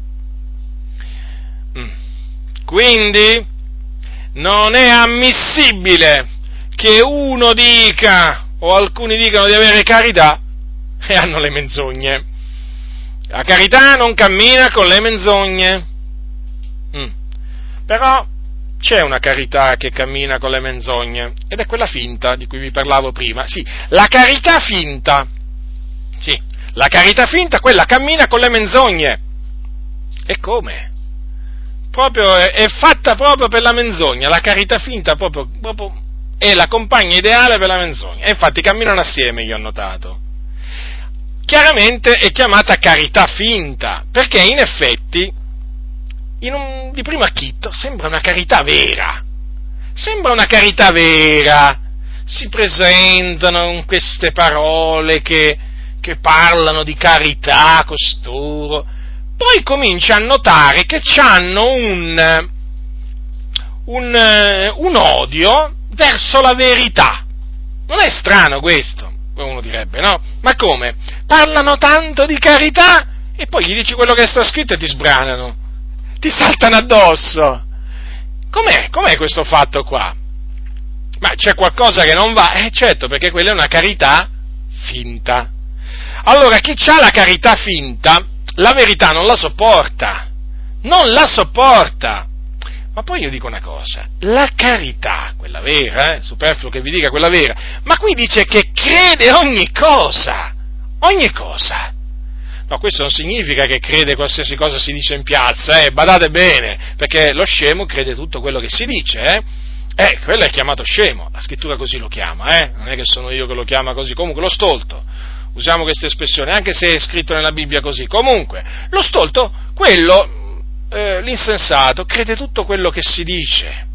Quindi non è ammissibile che uno dica o alcuni dicano di avere carità e hanno le menzogne. La carità non cammina con le menzogne. Mm. Però c'è una carità che cammina con le menzogne ed è quella finta di cui vi parlavo prima. Sì, la carità finta. Sì, la carità finta, quella cammina con le menzogne. E come? Proprio è, è fatta proprio per la menzogna. La carità finta proprio, proprio è la compagna ideale per la menzogna. E infatti camminano assieme, io ho notato. Chiaramente è chiamata carità finta, perché in effetti, in un, di primo acchito, sembra una carità vera. Sembra una carità vera. Si presentano con queste parole che, che parlano di carità costoro. Poi comincia a notare che hanno un, un, un odio verso la verità. Non è strano questo? Uno direbbe, no? Ma come? Parlano tanto di carità e poi gli dici quello che sta scritto e ti sbranano, ti saltano addosso. Com'è? Com'è questo fatto qua? Ma c'è qualcosa che non va? Eh certo, perché quella è una carità finta. Allora, chi ha la carità finta, la verità non la sopporta, non la sopporta. Ma poi io dico una cosa, la carità, quella vera, eh, superfluo che vi dica quella vera, ma qui dice che crede ogni cosa, ogni cosa. No, questo non significa che crede qualsiasi cosa si dice in piazza, eh, badate bene, perché lo scemo crede tutto quello che si dice, eh. Eh, quello è chiamato scemo, la scrittura così lo chiama, eh, non è che sono io che lo chiama così, comunque lo stolto. Usiamo questa espressione, anche se è scritto nella Bibbia così. Comunque, lo stolto, quello, eh, l'insensato, crede tutto quello che si dice.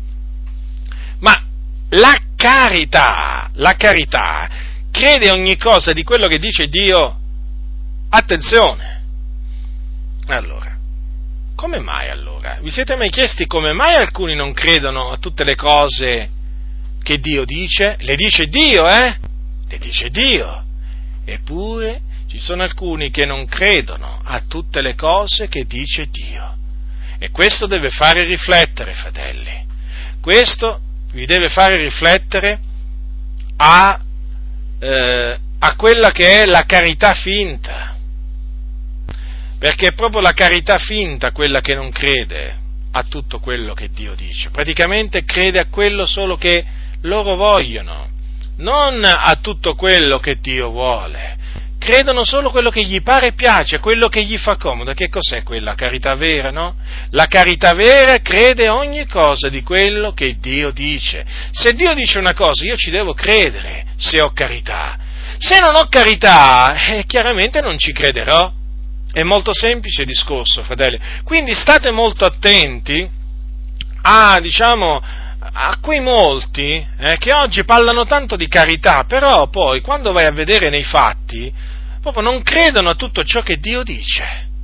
Ma la carità, la carità, crede ogni cosa di quello che dice Dio. Attenzione! Allora, come mai allora? Vi siete mai chiesti come mai alcuni non credono a tutte le cose che Dio dice? Le dice Dio, eh? Le dice Dio. Eppure ci sono alcuni che non credono a tutte le cose che dice Dio. E questo deve fare riflettere, fratelli. Questo vi deve fare riflettere a, eh, a quella che è la carità finta. Perché è proprio la carità finta quella che non crede a tutto quello che Dio dice. Praticamente crede a quello solo che loro vogliono. Non a tutto quello che Dio vuole, credono solo quello che gli pare e piace, quello che gli fa comodo. Che cos'è quella carità vera, no? La carità vera crede ogni cosa di quello che Dio dice. Se Dio dice una cosa, io ci devo credere, se ho carità. Se non ho carità, eh, chiaramente non ci crederò. È molto semplice il discorso, fratelli. Quindi state molto attenti a, diciamo, a quei molti eh, che oggi parlano tanto di carità, però poi quando vai a vedere nei fatti, proprio non credono a tutto ciò che Dio dice.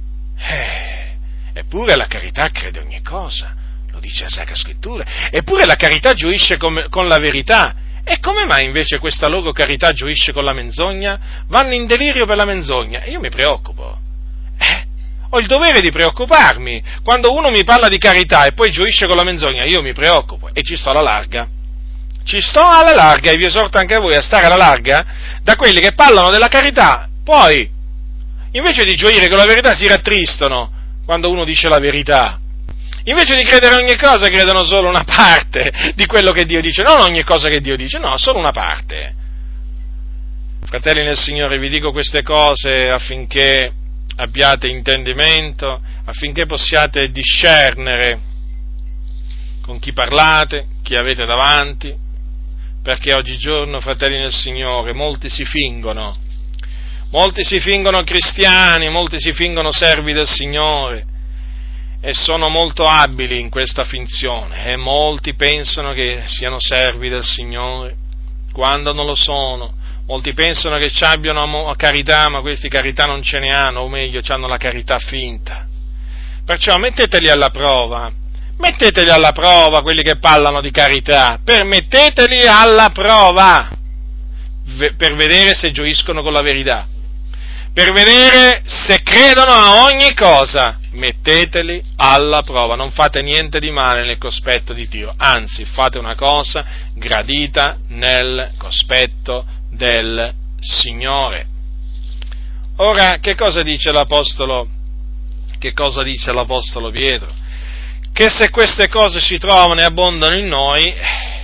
Eh, eppure la carità crede ogni cosa, lo dice la Sacra Scrittura, eppure la carità gioisce con, con la verità. E come mai invece questa loro carità gioisce con la menzogna? Vanno in delirio per la menzogna, e io mi preoccupo. Eh? Ho il dovere di preoccuparmi. Quando uno mi parla di carità e poi gioisce con la menzogna, io mi preoccupo e ci sto alla larga. Ci sto alla larga e vi esorto anche voi a stare alla larga da quelli che parlano della carità, poi, invece di gioire con la verità, si rattristano quando uno dice la verità. Invece di credere a ogni cosa, credono solo una parte di quello che Dio dice, non ogni cosa che Dio dice, no, solo una parte. Fratelli nel Signore, vi dico queste cose affinché abbiate intendimento, affinché possiate discernere con chi parlate, chi avete davanti, perché oggigiorno, fratelli nel Signore, molti si fingono, molti si fingono cristiani, molti si fingono servi del Signore, e sono molto abili in questa finzione, e molti pensano che siano servi del Signore, quando non lo sono. Molti pensano che ci abbiano carità, ma questi carità non ce ne hanno, o meglio, hanno la carità finta. Perciò metteteli alla prova, metteteli alla prova quelli che parlano di carità, permetteteli alla prova, per vedere se gioiscono con la verità, per vedere se credono a ogni cosa. Metteteli alla prova, non fate niente di male nel cospetto di Dio, anzi fate una cosa gradita nel cospetto del Signore. Ora, che cosa dice l'Apostolo, che cosa dice l'Apostolo Pietro? Che se queste cose si trovano e abbondano in noi,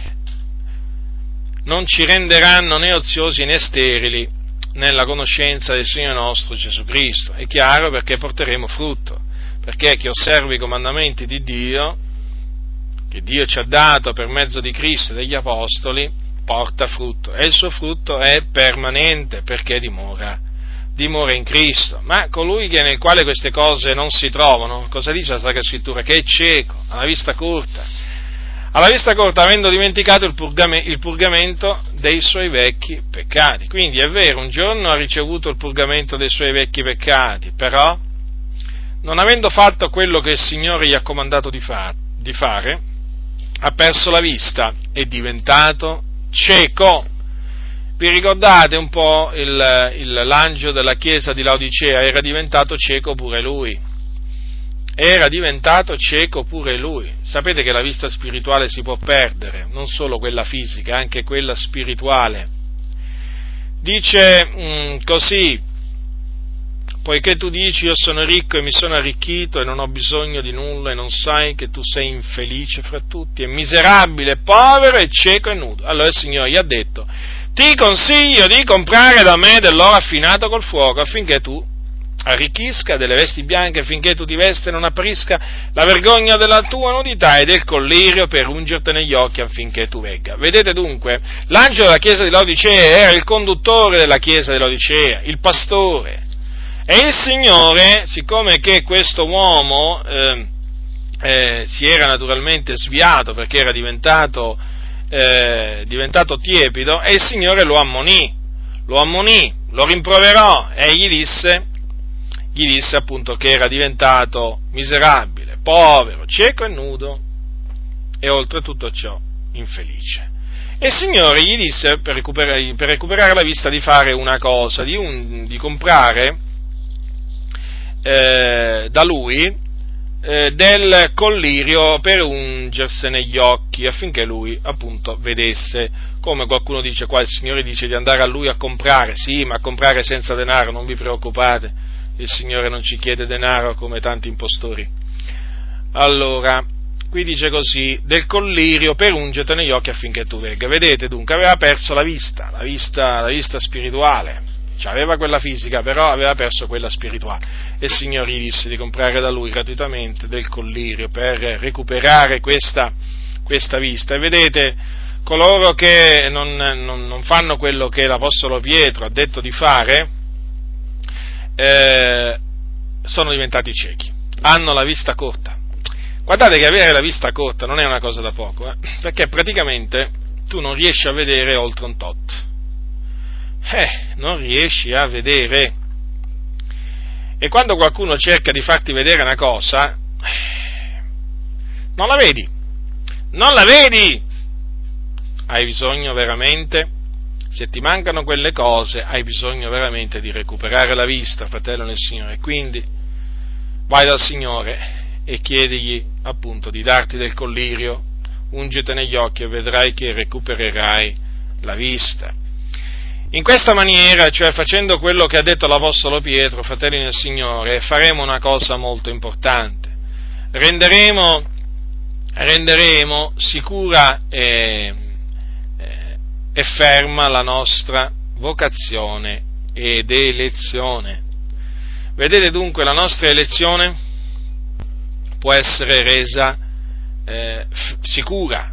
non ci renderanno né oziosi né sterili nella conoscenza del Signore nostro Gesù Cristo. È chiaro, perché porteremo frutto, perché chi osserva i comandamenti di Dio, che Dio ci ha dato per mezzo di Cristo e degli Apostoli, porta frutto, e il suo frutto è permanente, perché dimora, dimora in Cristo. Ma colui che nel quale queste cose non si trovano, cosa dice la Sacra Scrittura? Che è cieco, ha la vista corta, ha la vista corta avendo dimenticato il, purgam- il purgamento dei suoi vecchi peccati. Quindi è vero, un giorno ha ricevuto il purgamento dei suoi vecchi peccati, però non avendo fatto quello che il Signore gli ha comandato di, fa- di fare, ha perso la vista, è diventato cieco. Vi ricordate un po' il, il, l'angelo della chiesa di Laodicea? Era diventato cieco pure lui. Era diventato cieco pure lui. Sapete che la vista spirituale si può perdere, non solo quella fisica, anche quella spirituale. Dice mh, così: poiché tu dici io sono ricco e mi sono arricchito e non ho bisogno di nulla, e non sai che tu sei infelice fra tutti, e miserabile, povero e cieco e nudo. Allora il Signore gli ha detto: ti consiglio di comprare da me dell'oro affinato col fuoco, affinché tu arricchisca, delle vesti bianche affinché tu ti vesti e non apparisca la vergogna della tua nudità, e del collirio per ungerti negli occhi affinché tu vegga. Vedete dunque, l'angelo della chiesa di Laodicea era il conduttore della chiesa di Laodicea, il pastore. E il Signore, siccome che questo uomo eh, eh, si era naturalmente sviato perché era diventato, eh, diventato tiepido, e il Signore lo ammonì, lo ammonì, lo rimproverò e gli disse, gli disse appunto che era diventato miserabile, povero, cieco e nudo, e oltre tutto ciò infelice. E il Signore gli disse, per recuperare, per recuperare la vista, di fare una cosa, di, un, di comprare Eh, da lui eh, del collirio per ungersene negli occhi, affinché lui appunto vedesse. Come qualcuno dice qua, il Signore dice di andare a lui a comprare. Sì, ma a comprare senza denaro, non vi preoccupate, il Signore non ci chiede denaro come tanti impostori. Allora, qui dice così: del collirio per ungerti negli occhi affinché tu vegga. Vedete dunque, aveva perso la vista, la vista, la vista spirituale. Cioè, aveva quella fisica, però aveva perso quella spirituale, e il Signore gli disse di comprare da lui gratuitamente del collirio per recuperare questa, questa vista. E vedete, coloro che non, non, non fanno quello che l'Apostolo Pietro ha detto di fare, eh, sono diventati ciechi, hanno la vista corta. Guardate che avere la vista corta non è una cosa da poco, eh, perché praticamente tu non riesci a vedere oltre un tot. Eh, non riesci a vedere. E quando qualcuno cerca di farti vedere una cosa, non la vedi, non la vedi. Hai bisogno veramente, se ti mancano quelle cose, hai bisogno veramente di recuperare la vista, fratello nel Signore. Quindi vai dal Signore e chiedigli appunto di darti del collirio, ungiti negli occhi e vedrai che recupererai la vista. In questa maniera, cioè facendo quello che ha detto l'Apostolo Pietro, fratelli nel Signore, faremo una cosa molto importante. Renderemo, renderemo sicura e, e ferma la nostra vocazione ed elezione. Vedete dunque, la nostra elezione può essere resa eh, f- sicura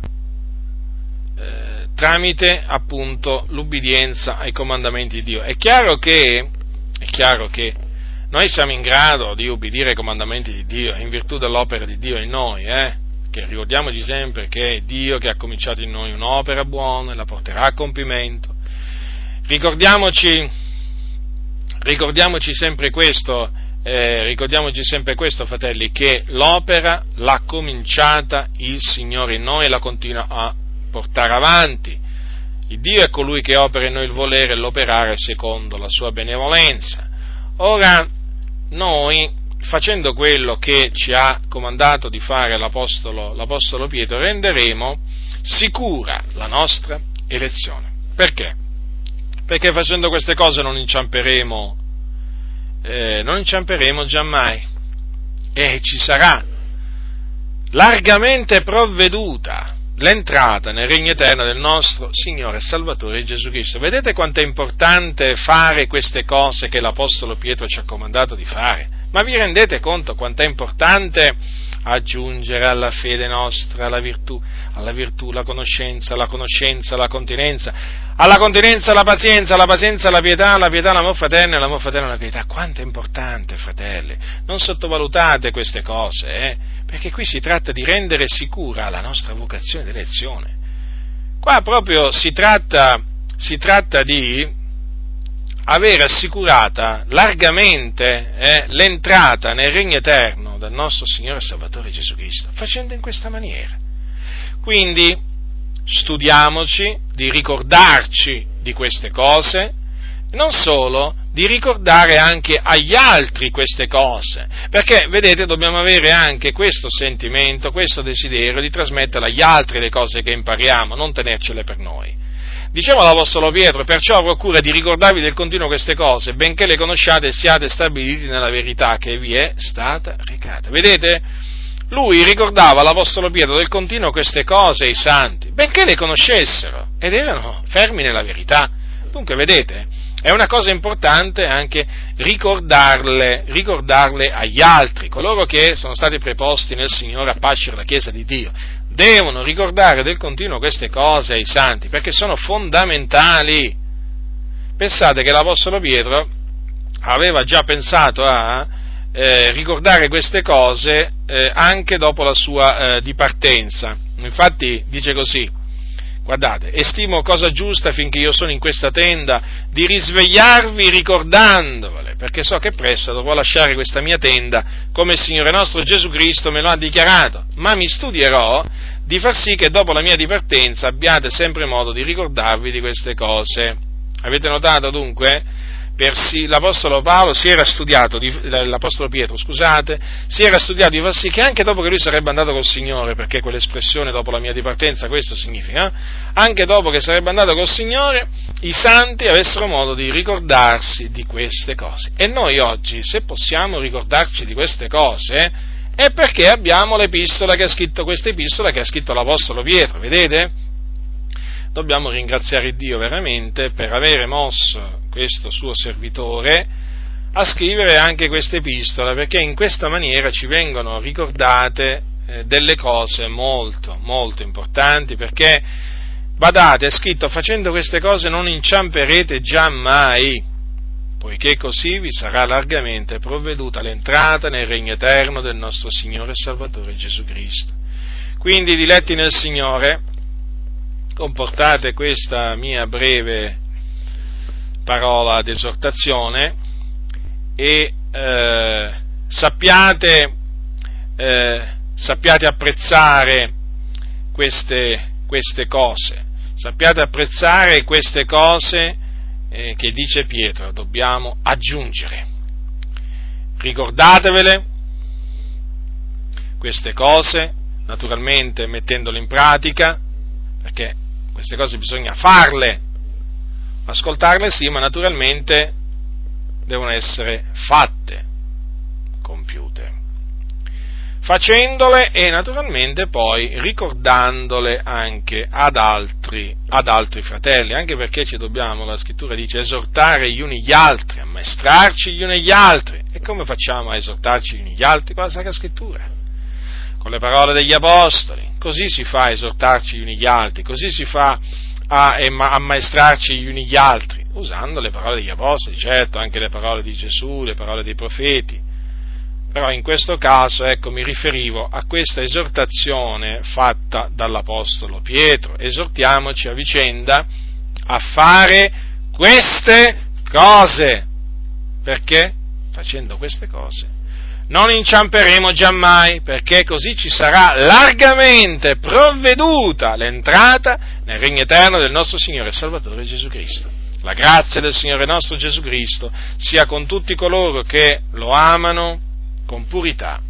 eh, tramite appunto l'ubbidienza ai comandamenti di Dio. È chiaro che, è chiaro che noi siamo in grado di ubbidire ai comandamenti di Dio in virtù dell'opera di Dio in noi, eh? Che ricordiamoci sempre che è Dio che ha cominciato in noi un'opera buona e la porterà a compimento. Ricordiamoci, ricordiamoci sempre questo, eh, ricordiamoci sempre questo, fratelli, che l'opera l'ha cominciata il Signore in noi e la continua a portare avanti. Il Dio è colui che opera in noi il volere e l'operare secondo la sua benevolenza. Ora, noi, facendo quello che ci ha comandato di fare l'Apostolo, l'Apostolo Pietro, renderemo sicura la nostra elezione. Perché? Perché facendo queste cose non inciamperemo, eh, non inciamperemo giammai, e ci sarà largamente provveduta l'entrata nel regno eterno del nostro Signore e Salvatore Gesù Cristo. Vedete quanto è importante fare queste cose che l'Apostolo Pietro ci ha comandato di fare? Ma vi rendete conto quanto è importante aggiungere alla fede nostra la virtù, alla virtù la conoscenza, alla conoscenza la continenza, alla continenza la pazienza, alla pazienza la pietà, alla pietà l'amor fraterno e l'amor fraterno la carità. Quanto è importante, fratelli! Non sottovalutate queste cose, eh? Perché qui si tratta di rendere sicura la nostra vocazione d'elezione. Qua proprio si tratta, si tratta di avere assicurata largamente eh, l'entrata nel regno eterno del nostro Signore e Salvatore Gesù Cristo, facendo in questa maniera. Quindi studiamoci di ricordarci di queste cose, non solo, di ricordare anche agli altri queste cose, perché, vedete, dobbiamo avere anche questo sentimento, questo desiderio di trasmettere agli altri le cose che impariamo, non tenercele per noi. Diceva l'Apostolo Pietro: perciò avrò cura di ricordarvi del continuo queste cose, benché le conosciate e siate stabiliti nella verità che vi è stata recata. Vedete? Lui ricordava, l'Apostolo Pietro, del continuo queste cose ai santi, benché le conoscessero, ed erano fermi nella verità. Dunque, vedete, è una cosa importante anche ricordarle, ricordarle agli altri, coloro che sono stati preposti nel Signore a pascere la Chiesa di Dio. Devono ricordare del continuo queste cose ai santi, perché sono fondamentali. Pensate che l'Apostolo Pietro aveva già pensato a eh, ricordare queste cose eh, anche dopo la sua eh, dipartenza. Infatti dice così: guardate, estimo cosa giusta finché io sono in questa tenda di risvegliarvi ricordandovele, perché so che presto dovrò lasciare questa mia tenda, come il Signore nostro Gesù Cristo me lo ha dichiarato, ma mi studierò di far sì che dopo la mia dipartenza abbiate sempre modo di ricordarvi di queste cose. Avete notato dunque? Persi, l'Apostolo Paolo si era studiato, di, l'Apostolo Pietro, scusate, si era studiato di far sì che anche dopo che lui sarebbe andato col Signore, perché quell'espressione dopo la mia dipartenza, questo significa, eh? Anche dopo che sarebbe andato col Signore, i santi avessero modo di ricordarsi di queste cose. E noi oggi, se possiamo ricordarci di queste cose, è perché abbiamo l'epistola che ha scritto, questa epistola che ha scritto l'Apostolo Pietro, vedete? Dobbiamo ringraziare Dio veramente per avere mosso questo suo servitore a scrivere anche questa epistola, perché in questa maniera ci vengono ricordate eh, delle cose molto, molto importanti, perché, badate, è scritto: facendo queste cose non inciamperete giammai, poiché così vi sarà largamente provveduta l'entrata nel regno eterno del nostro Signore e Salvatore Gesù Cristo. Quindi, diletti nel Signore, comportate questa mia breve parola d'esortazione e eh, sappiate, eh, sappiate apprezzare queste, queste cose, sappiate apprezzare queste cose eh, che dice Pietro, dobbiamo aggiungere. Ricordatevele queste cose, naturalmente mettendolo in pratica, perché queste cose bisogna farle, ascoltarle sì, ma naturalmente devono essere fatte, compiute, facendole e naturalmente poi ricordandole anche ad altri, ad altri fratelli, anche perché ci dobbiamo, la scrittura dice, esortare gli uni gli altri, ammaestrarci gli uni gli altri. E come facciamo a esortarci gli uni gli altri? Con la Sacra Scrittura, con le parole degli Apostoli. Così si fa a esortarci gli uni gli altri, così si fa a ammaestrarci gli uni gli altri, usando le parole degli Apostoli, certo, anche le parole di Gesù, le parole dei profeti. Però in questo caso, ecco, mi riferivo a questa esortazione fatta dall'Apostolo Pietro. Esortiamoci a vicenda a fare queste cose, perché facendo queste cose non inciamperemo giammai, perché così ci sarà largamente provveduta l'entrata nel regno eterno del nostro Signore e Salvatore Gesù Cristo. La grazia del Signore nostro Gesù Cristo sia con tutti coloro che lo amano con purità